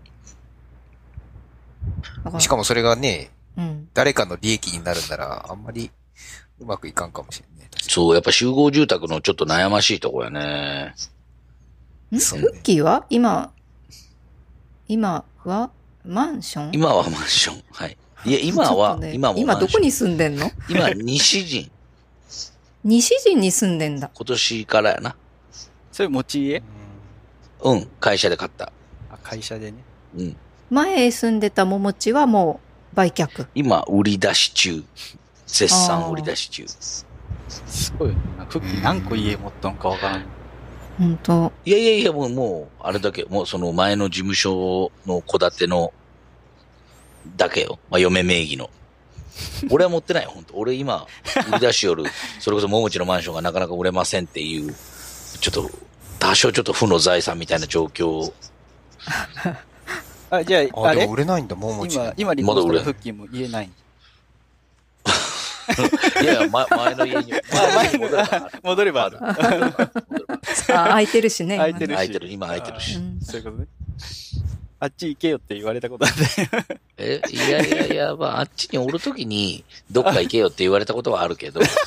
だらに。しかもそれがね、 うん。 誰かの利益になるなら、あんまりうまくいかんかもしれないね。確かそう、やっぱ集合住宅のちょっと悩ましいとこやね。 んそうねフッキーは今、今はマンション？ 今はマンション。はい。いや、今は、 ちょっとね今もマンション。 今どこに住んでんの？ 今、西陣。 西陣に住んでんだ。 今年からやな。 それ持ち家？ うん、会社で買った。 あ、会社でね。 うん。 前住んでた桃地はもう売却。 今、売り出し中。絶賛売り出し中。 すごいよね。フッキー何個家持ったのかわからん。 ほんと。 いやいやいや、もう、もう、あれだけ、もうその前の事務所の戸建ての、だけよ。まあ、嫁名義の。 俺は持ってないよ、本当俺今、売り出しよる、それこそ桃地のマンションがなかなか売れませんっていう、ちょっと、多少ちょっと負の財産みたいな状況。 あ、じゃあ、 あ、 あれでも売れないんだ、もうもち。 今、今リコーストの復帰も言えない。 いやいや、ま、前の家に、 前の戻れば戻ればある。 あ、空いてるしね。 空いてるし。 空いてる、今空いてるし。 うん、 そういうことね。あっち行けよって言われたことあって。 え、いやいやいや、まあ、あっちにおるときに、どっか行けよって言われたことはあるけど。うん、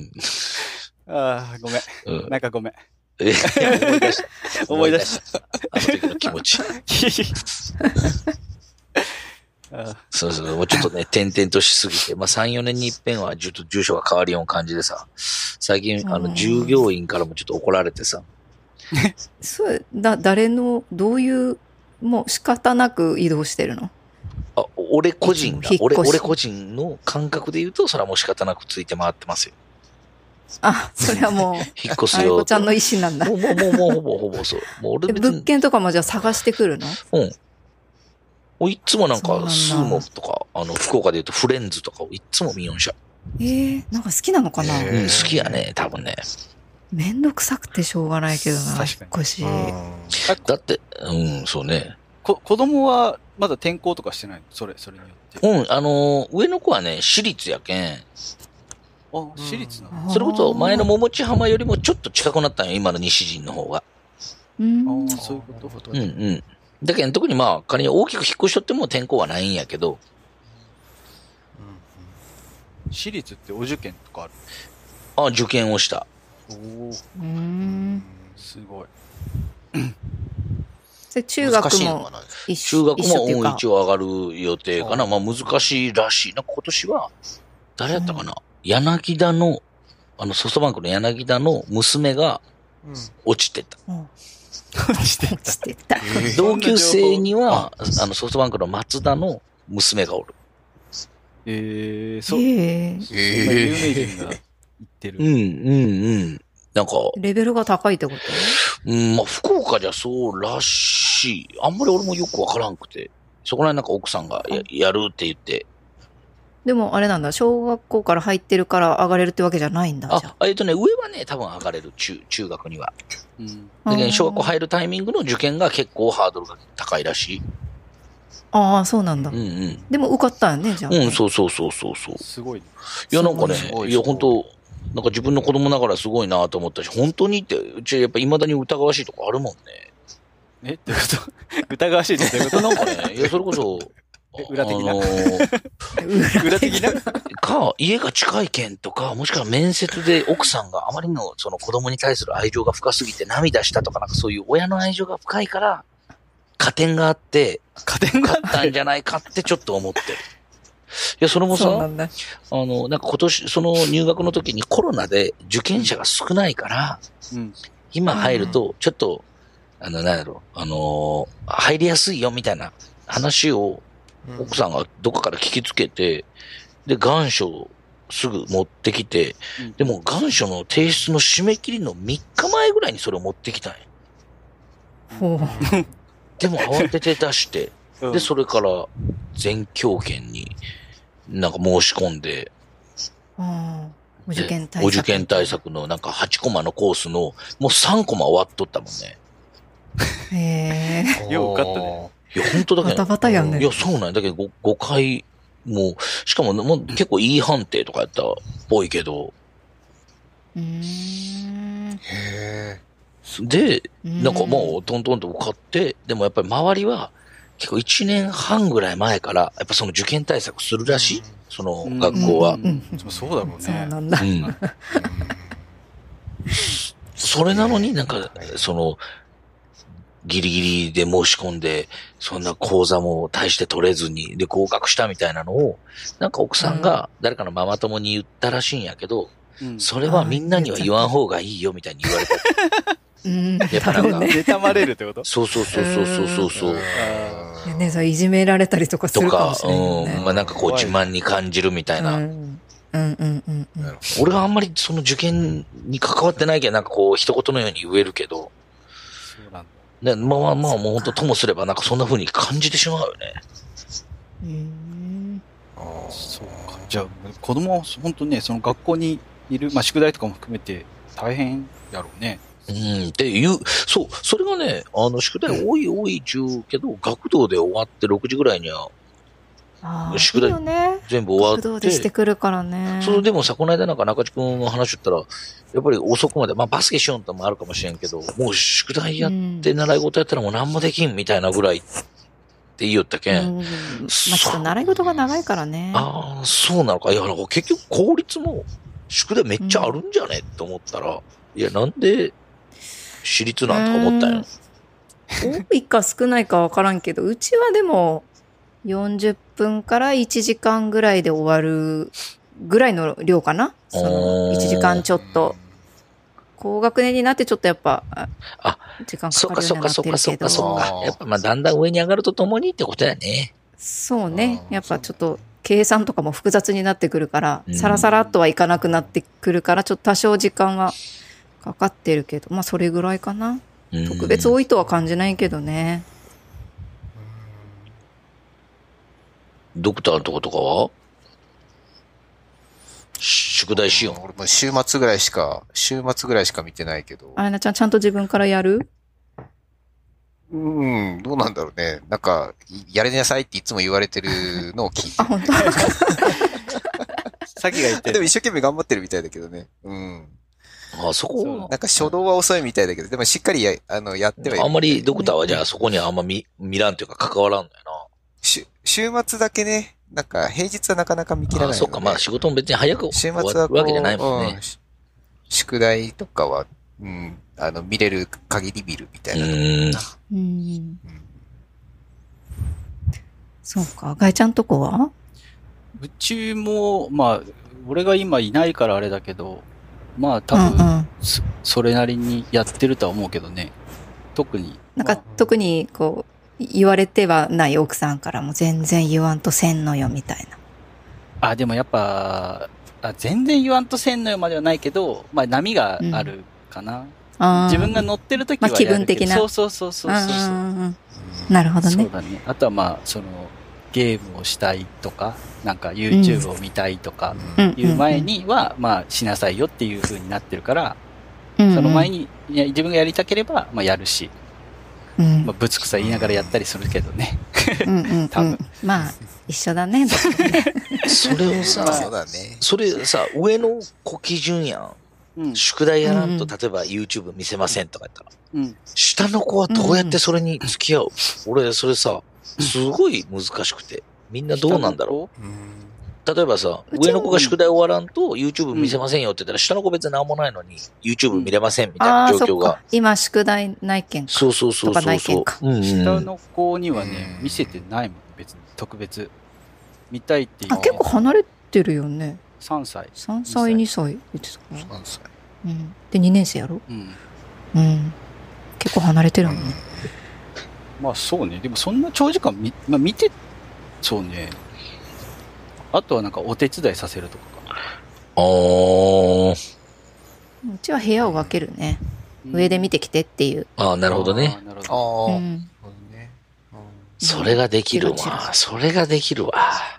ああ、ごめん。うん、なんかごめん。 え思い出した。 思い出した。 あの時の気持ち。そうそう、もうちょっとね、転々としすぎて、まあさん、よねんに一遍はちょっと住所が変わるような感じでさ、最近、あの、従業員からもちょっと怒られてさ。 そう、だ、誰の、どういう、もう仕方なく移動してるの？ あ、俺個人が、俺、俺個人の感覚で言うと、それはもう仕方なくついて回ってますよ。 あ、それはもう、 引っ越すよ。 あいこちゃんの意思なんだ。 もう、もう、もう、もう、ほぼ、ほぼそう。もう俺別に物件とかもじゃあ探してくるの？ うん。もういつもなんか、スーモとか、あの、福岡で言うとフレンズとかをいつも見よんしゃ。 ええー、なんか好きなのかな？ うん、好きやね、多分ね。 めんどくさくてしょうがないけどな、引っ越し。 だって、うん、そうね。 こ、子供はまだ転校とかしてないの？それ、それによって。 うん、あのー、上の子はね、私立やけん。 あ、私立なの？ それこそ前の桃地浜よりもちょっと近くなったんよ、今の西陣の方が。 うん。 あ、そういうこと？ うんうん。だけど特にまあ、仮に大きく引っ越しとっても転校はないんやけど。うんうん、私立ってお受験とかある？ あ、受験をした。 おー。 うん。 すごい。 それ中学も一緒？ 中学も音一応上がる予定かな。まあ難しいらしい。なんか今年は、誰やったかな、うん、柳田の、あのソフトバンクの柳田の娘が落ちてた。うんうん落ちてた。落ちてた。 同級生には、あの、ソフトバンクの松田の娘がおる。 えー、そう。 えー、 有名人が言ってる。 うん、うん、うん。なんか。 レベルが高いってこと？ うん、まあ、福岡じゃそうらしい。あんまり俺もよくわからんくて。そこら辺なんか奥さんが や, やるって言って。 でもあれなんだ、小学校から入ってるから上がれるってわけじゃないんだ。 あ、えっとね、上はね、多分上がれる、中、中学には。うん。だけど、小学校入るタイミングの受験が結構ハードルが高いらしい。 ああ、そうなんだ。 うんうん。 でも受かったんよね、じゃあ。 うん、そうそうそうそうそう。 すごい、ね。 いや、なんかね、いや、本当なんか自分の子供ながらすごいなと思ったし、本当にって、うちはやっぱ未だに疑わしいとこあるもんね。 えってこと疑わしいってことなんかね、いや、それこそ、 裏的な、あのー、 裏的なか、家が近い県とか、もしくは面接で奥さんがあまりのその子供に対する愛情が深すぎて涙したとか、なんかそういう親の愛情が深いから、加点があって、 加点があったんじゃないかってちょっと思ってる。いや、それもさ、あの、なんか今年、その入学の時にコロナで受験者が少ないから、うん、今入ると、ちょっと、あの、なんだろう、あのー、入りやすいよみたいな話を、奥さんがどっかから聞きつけて、で、願書をすぐ持ってきて、うん、でも願書の提出の締め切りのみっかまえぐらいにそれを持ってきたんや。 ほう。 でも慌てて出して、うん、で、それから全教研になんか申し込んで、 あお受験対策。 お受験対策のなんかはちコマのコースのもうさんコマ終わっとったもんね。 へえ。よく受かったね。 いや、本当だけど。 バタバタやね。 いや、そうなんだけど、ごかいも、しかももう結構いい判定とかやったっぽいけど。 うーん。 へー。で、なんかもうトントンと受かって、でもやっぱり周りは結構いちねんはんぐらい前から、やっぱその受験対策するらしい、その学校は。 うんうん、そうだろうね。 そうなんだ。うん、 それなのになんか、その、ギリギリで申し込んで、そんな講座も大して取れずに、で合格したみたいなのを、なんか奥さんが誰かのママ友に言ったらしいんやけど、うん、それはみんなには言わん方がいいよみたいに言われた。 うん、 やっぱなんか、 ね、妬まれるってこと？ そうそうそうそうそうそう。 いやね、それいじめられたりとかするかもしれない、ね。 とか、うん、まあなんかこう自慢に感じるみたいな。 うんうんうんうん、 俺はあんまりその受験に関わってないけど、なんかこう一言のように言えるけど、 そうなんだ。 ね、まあまあまあもう本当ともすればなんかそんな風に感じてしまうよね。 ううーん。 あーそうか。じゃあ、子供は本当ね、その学校にいる、まあ宿題とかも含めて大変やろうね。 うん、っていう、そう、それがね、あの、宿題多い多いちゅうけど、学童で終わってろくじぐらいにはああ、 宿題いいよね。 全部終わ学童って、 でしてくるからね。 そう、でもさ、この間なんか中地君の話し言ったら、やっぱり遅くまで、まあバスケしようともあるかもしれんけど、もう宿題やって習い事やったらもう何もできんみたいなぐらいって言いよったけん。 うん。まあちょっと習い事が長いからね。 ああ、そうなのか。いや、なんか結局公立も宿題めっちゃあるんじゃねって思ったら、いや、なんで私立なんとか思ったんよ。 多いか少ないかわからんけど、うちはでもよんじゅっぷんからいちじかんぐらいで終わるぐらいの量かな。そのいちじかんちょっと。高学年になってちょっとやっぱ、 あ、 時間かそっかかるようそっかそっになってるけど。 かそっかそっか。やっぱまあだんだん上に上がるとともにってことやね。 そうねあ。ーやっぱちょっと計算とかも複雑になってくるから、 うんサラサラっとはいかなくなってくるから、ちょっと多少時間はかかってるけど、まあそれぐらいかな。特別多い。 いとは感じないけどね。 ドクターのとことかは宿題しよ俺も週末ぐらいしか、週末ぐらいしか見てないけど。 あやなちゃんちゃんと自分からやる？ うん、どうなんだろうね。なんか、やれなさいっていつも言われてるのを聞いてあ、本当？ さっきが言ってる。 でも一生懸命頑張ってるみたいだけどね。うん。 う。あ、そこそうはなんか初動は遅いみたいだけど、でもしっかりや、あの、やってはいる。 あんまりドクターはじゃあそこにはあんま見、見らんというか関わらんのやし週末だけね、なんか平日はなかなか見切らな。あ、 ないので。 そっか、まあ仕事も別に早く週終末はこうわるわけじゃないもんねうん。し宿題とかは、うん、あの、見れる限り見るみたういな。 ーん。 うん。 うんそうか。ガイちゃんとこは？ うちも、まあ、俺が今いないからあれだけど、まあ多うんう分、 ん。 そそれなりにやってるとは思うけどね。特に。 なんか特にこう、言われてはない奥さんからも全然言わんとせんのよみたいな。 あ、でもやっぱ、あ全然言わんとせんのよまではないけど、まあ波があるかな。 あー自分が乗ってる時はやるけど、 まあ気分的なそうそうそうそうそうそう。 うんうんうんなるほどね。 そうだね。あとはまあ、その、ゲームをしたいとか、なんか YouTube を見たいとか、 うんいう前には、まあ、しなさいよっていう風になってるから、 うんうんその前に、いや自分がやりたければ、まあやるし、 うんまあ、ぶつくさ言いながらやったりするけどね。 うんうんうん多分まあ、一緒だね。どっちもねそれをそうさ、 だね。 それさ、上の子基準やん。 うん。 宿題やらんと、 うんうん例えば YouTube 見せませんとか言ったら。 うん。 下の子はどうやってそれに付き合う、俺、それさ、すごい難しくて。みんなどうなんだろうんう例えばさ、 うち上の子が宿題終わらんと YouTube 見せませんよって言ったら、下の子別に何もないのに YouTube 見れませんみたいああ、 な状況がそっか。。今、宿題ないけんか。 そうそうそうとかそうそうないけんか。 うんうん下の子にはねう、ん見せてないもん、別に。特別。見たいっていう。 あ、結構離れてるよね。 さんさい。 さんさい、にさい言ってたから。 さんさいうん。で、にねん生やろうん。 うん。結構離れてるもんね。 まあそうね。でもそんな長時間見、まあ見て、そうね。あとはなんかお手伝いさせるとかかあー。 うちは部屋を分けるね。 な。 上で見てきてっていう。 あー、なるほどね。 あー。なるあほど。 あ、なるうん。 ほどね。 それができる違う違うわ。それができるわ。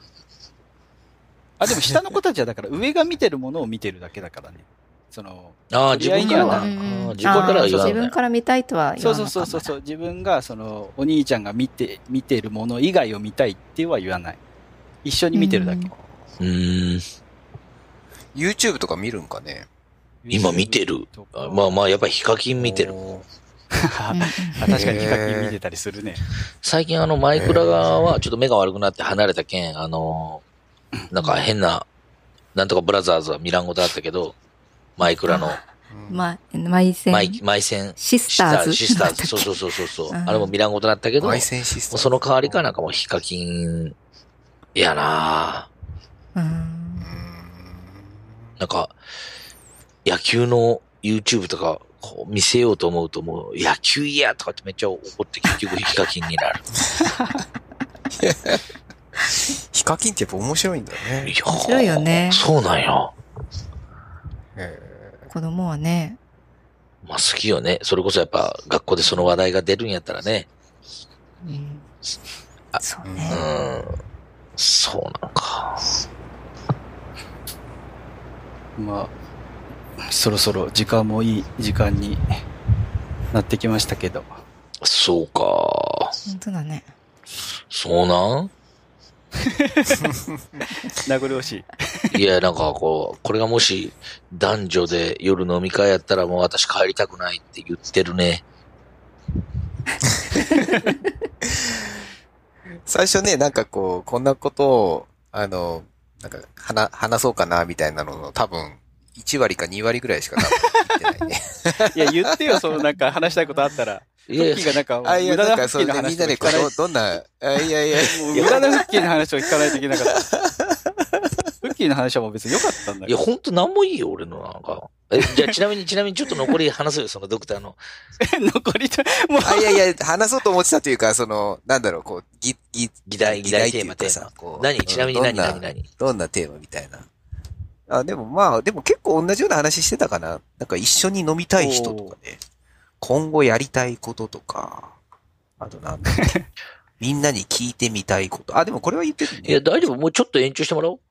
あ、でも下の子たちはだから上が見てるものを見てるだけだからね。その、 ああ、自分からは、あ取り合いにはなー自分からは言わない。 あー自分から見たいとは言そうわなかった。 そうそうそうそう、自分がその、お兄ちゃんが見て、見てるもの以外を見たいっては言わない。一緒に見てるだけ。 うーん。 YouTube とか見るんかね。 今見てる。 とかまあまあ、やっぱりヒカキン見てる。 おーあうんうん確かにヒカキン見てたりするね。 最近あの、マイクラがはちょっと目が悪くなって離れたけん、あの、なんか変な、なんとかブラザーズは見らんことあったけど、マイクラの、 うんま、マイセンマイ、マイセン、 シスターズ。 シスターズ、そうそうそうそうそう。 うんあれも見らんことなったけど、もマイセンシステムうその代わりかなんかもうヒカキン、いやなう。 うんんなんか、野球の YouTube とか、こう見せようと思うともう、野球嫌とかってめっちゃ怒って結局ヒカキンになる。 ヒカキンってやっぱ面白いんだね。 いやー面白いよねそうなんや。 え子供はね。 まあ好きよね。それこそやっぱ学校でその話題が出るんやったらね。 うんあそううね。 ん。 そうなんか。 まあ、そろそろ時間もいい時間になってきましたけど。 そうか。 本当だね。 そうなん名残惜しい。 いや、なんかこう、これがもし男女で夜飲み会やったらもう私帰りたくないって言ってるね。 最初ね、なんかこう、こんなことを、あの、なんか、話、話そうかな、みたいなのの、多分、いち割かに割ぐらいしか多分言ってないね。 いや、言ってよ、そのなんか話したいことあったら。フいやッキーがなんか、 あ、いや、 無駄なんか、 なフッキーのそれでみん話とか聞かない。 なでこう、どんな、あいやいや、 もう無駄なフッキーの話を聞かないといけなかった。フッキーの話はもう別に良かったんだけど。 いや、ほんとなんもいいよ、俺のなんか。え、じゃあちなみに、ちなみにちょっと残り話すよ、そのドクターの。 残りと、もう、 あ、いやいや、話そうと思ってたというか、その、なんだろう、こう、ぎ、ぎ、 議題、議題テーマ、テーマ。何ちなみに何何何どんなテーマみたいな。あ、でもまあ、でも結構同じような話してたかな。なんか一緒に飲みたい人とかね。今後やりたいこととか。あとなんだろうみんなに聞いてみたいこと。あ、でもこれは言ってるね。 いや、大丈夫。もうちょっと延長してもらおう。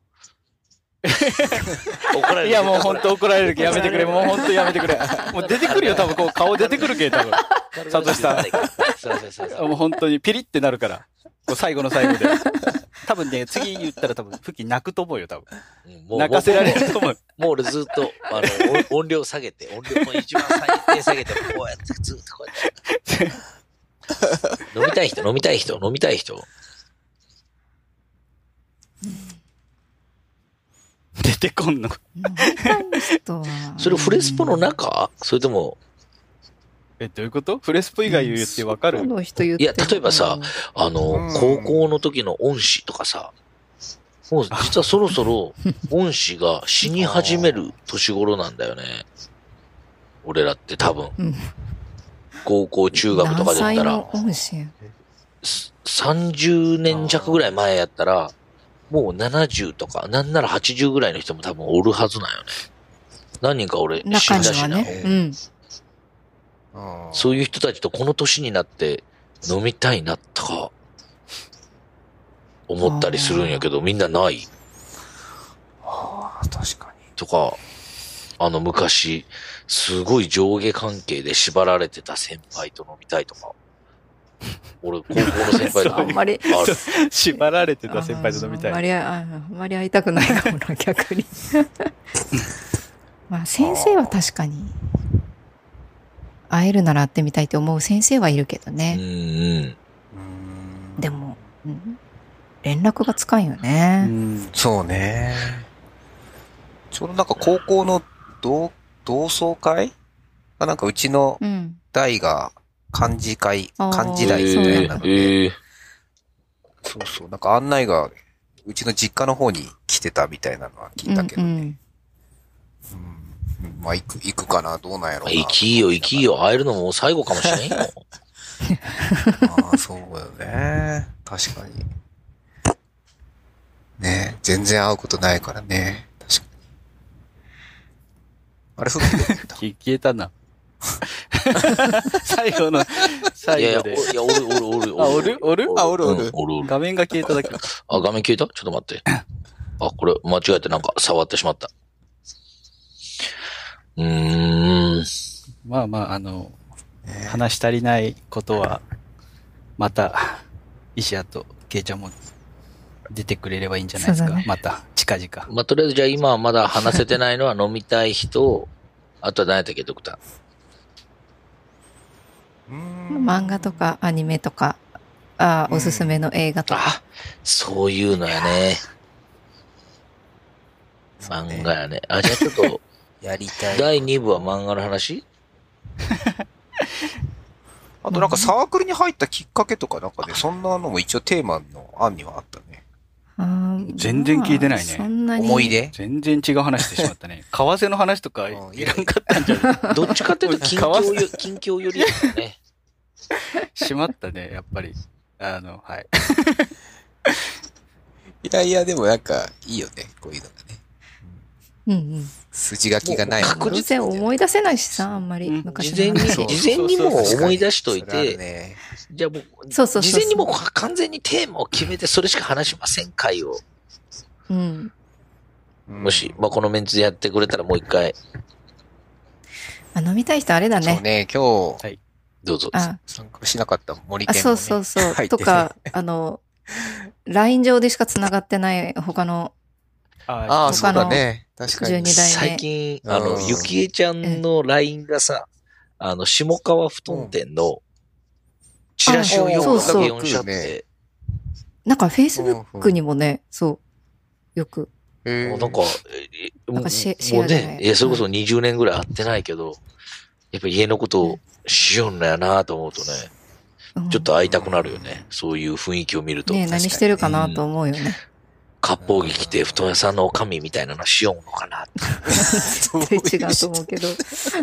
怒られる。 いやもう本当怒られるけやめてくれ。もう本当やめてくれ。もう出てくるよ、多分こう顔出てくるけ、多分。サトシさん。 そうそうそうそう。 もう本当にピリってなるから。こう最後の最後で。多分ね、次言ったら多分、フッキー泣くと思うよ、多分。 もう泣かせられると思う。 もう俺ずっと、あの、音音量下げて、音量も一番最低下げて、こうやって、ずっとこうやって。飲みたい人、飲みたい人、飲みたい人。 出てこんの。 それフレスポの中それとも、 え、どういうことフレスポ以外言ってわかる？ いや、例えばさ、あの、高校の時の恩師とかさ、もう実はそろそろ恩師が死に始める年頃なんだよね。俺らって多分。うん、高校、中学とかで言ったら、さんじゅうねん弱ぐらい前やったら、もうななじゅうとか、なんならはちじゅうぐらいの人も多分おるはずなんよね。何人か俺死んだしな。ねうん、そういう人たちとこの年になって飲みたいなとか思ったりするんやけど、みんなない。 ああ、確かに。 とか、あの昔、すごい上下関係で縛られてた先輩と飲みたいとか。俺、高校の先輩とあんまり、 縛られてた先輩と飲みたい。 あんまり、あんまり会いたくないかもな、逆に。まあ、先生は確かに、会えるなら会ってみたいと思う先生はいるけどね。うんでも、うん、連絡がつかんよね。 うんそうね。ちょうどなんか高校の同、同窓会がなんかうちの代が漢字会、うん、漢字代みたいなので、えー、そうそう、なんか案内がうちの実家の方に来てたみたいなのは聞いたけどね。うんうんうんまあ、行く、行くかな、どうなんやろうな。 行きよ、行きよ、会えるのも最後かもしれんよ。 ああ、そうよね。確かに。ね全然会うことないからね。確かに。あれ、そうだ消えたな。最後の、最後で。 いやいや、おる、おる、おる、 あ、おるおるあ、おる、おる。 おる。 画面が消えただけ。 あ、画面消えたちょっと待って。あ、これ、間違えてなんか触ってしまった。うーん。 まあまあ、あの、えー、話し足りないことは、また、石谷とケイちゃんも出てくれればいいんじゃないですか。ね、また、近々。 まあ、とりあえずじゃあ今はまだ話せてないのは飲みたい人、あとは何やったっけ、ドクター。漫画とかアニメとか、あおすすめの映画とか。 あ、そういうのやね。漫画やね。あ、じゃあちょっと、 やりたい。 だいに部は漫画の話あとなんかサークルに入ったきっかけとかなんかね、そんなのも一応テーマの案にはあったね。 全然聞いてないね。 そんなに思い出全然違う話してしまったね。為替の話とかいらんかったんじゃないどっちかっていうと近況よ、近況よりだね。 しまったね、やっぱり。あの、はい。 いやいや、でもなんかいいよね、こういうのがね。 うんうん。 筋書きがない。 確実に思い出せないしさ、あんまり。 昔事前に、事前にもう思い出しといて、 じゃあもう、 そうそうそうそう事前にもう完全にテーマを決めて、それしか話しません会を、 うん。 もし、まあ、このメンツでやってくれたらもう一回、 あ、飲みたい人あれだね。 そうね、今日、 どうぞ。 あ、 参加しなかった森あ、 健も、ね。 そうそうそう。 入ってとか、あの、ライン 上でしか繋がってない他の、 あああ、そうだね。確かに。 じゅうに代目最近、あの、 うんゆきえちゃんの ライン がさ、あの、下川布団店のチラシをよくかけ読んしゃっそうそうて、 なんか Facebook にもね、そう、よく。 へーもうなんか、えなんかシェシもうェアじゃないね、いや、それこそにじゅうねんぐらい会ってないけど、やっぱ家のことをしようんだよなと思うとね、 うんちょっと会いたくなるよね。そういう雰囲気を見ると。 ね、何してるかなと思うよね。 割烹着着て布団屋さんのおかみみたいなのしようのかなって。 絶対違うと思うけど。 違う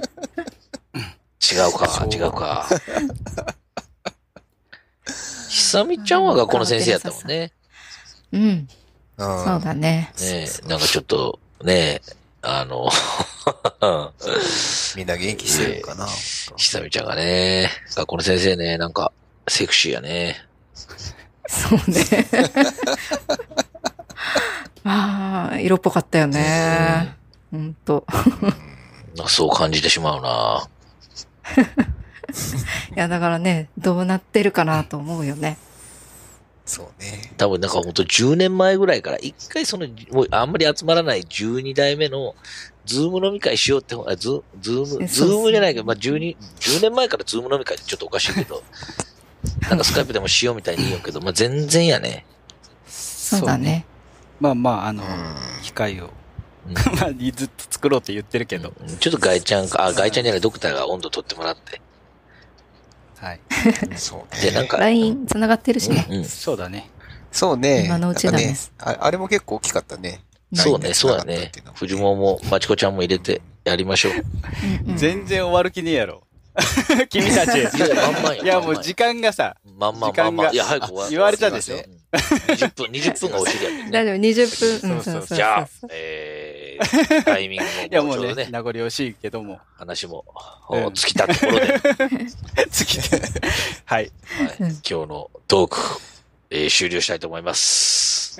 か、違うか。ひさみちゃんは学校の先生やったもんね。 うん。 うんそうだね。 ねえ、なんかちょっと、ねえ、あの、 みんな元気してるかな。 ひさみちゃんがね、学校の先生ね、なんか、セクシーやね。 そうね。ああ、色っぽかったよね。ほんと。 なんかそう感じてしまうな。 いや、だからね、どうなってるかなと思うよね。 そうね。 多分なんかほんとじゅうねんまえぐらいから、一回その、もうあんまり集まらないじゅうに代目の、ズーム飲み会しようって、あズズーム、ズえそうそうームじゃないけど、まあ、じゅうに、じゅうねんまえからズーム飲み会ってちょっとおかしいけど、なんかスカイプでもしようみたいに言うけど、まあ、全然やね。 そうだね。 まあまあ、あの、 うん機会を、 うんまあ、ずっと作ろうって言ってるけど、 ちょっとガイちゃんか、あ、ガイちゃんじゃない、ドクターが温度取ってもらって。 はい。 そうで、なんね。 か、 ライン 繋がってるしね。 うんうんそうだね。 そうね。 今のうちだねなんかあ。あれも結構大きかったね。 そうね、 ラインそうだ繋がったねっていうのも。 藤もも、まちこちゃんも入れてやりましょう。 うんうん全然終わる気ねえやろ。君たち。 いや、まんまんよ。 いや、もう時間がさ、 まんまんまんまん。 時間がいや、早く終わ言われたでしょにじゅっぷん、にじゅっぷんがお尻やけどね。 大丈夫、にじゅっぷん。うん、 そうそうそうそう。 じゃあそう、 えー、タイミンいやもうね、 グももうちょうどね、 名残惜しいけども、 話も、 うんお尽きたところで、はい、 次はい。 うん今日のトーク、えー終了したいと思います。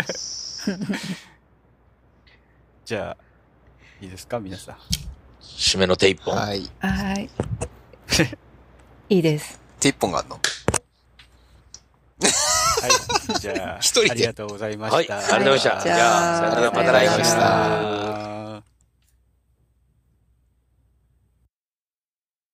じゃあ、いいですか、皆さん。 締めの手一本。 はい。 はーい。いいです。 手一本があるのはい。じゃあ、 一人でありがとうございました。 はいありがとうございましたじゃあじゃあさよならまた来週さよなら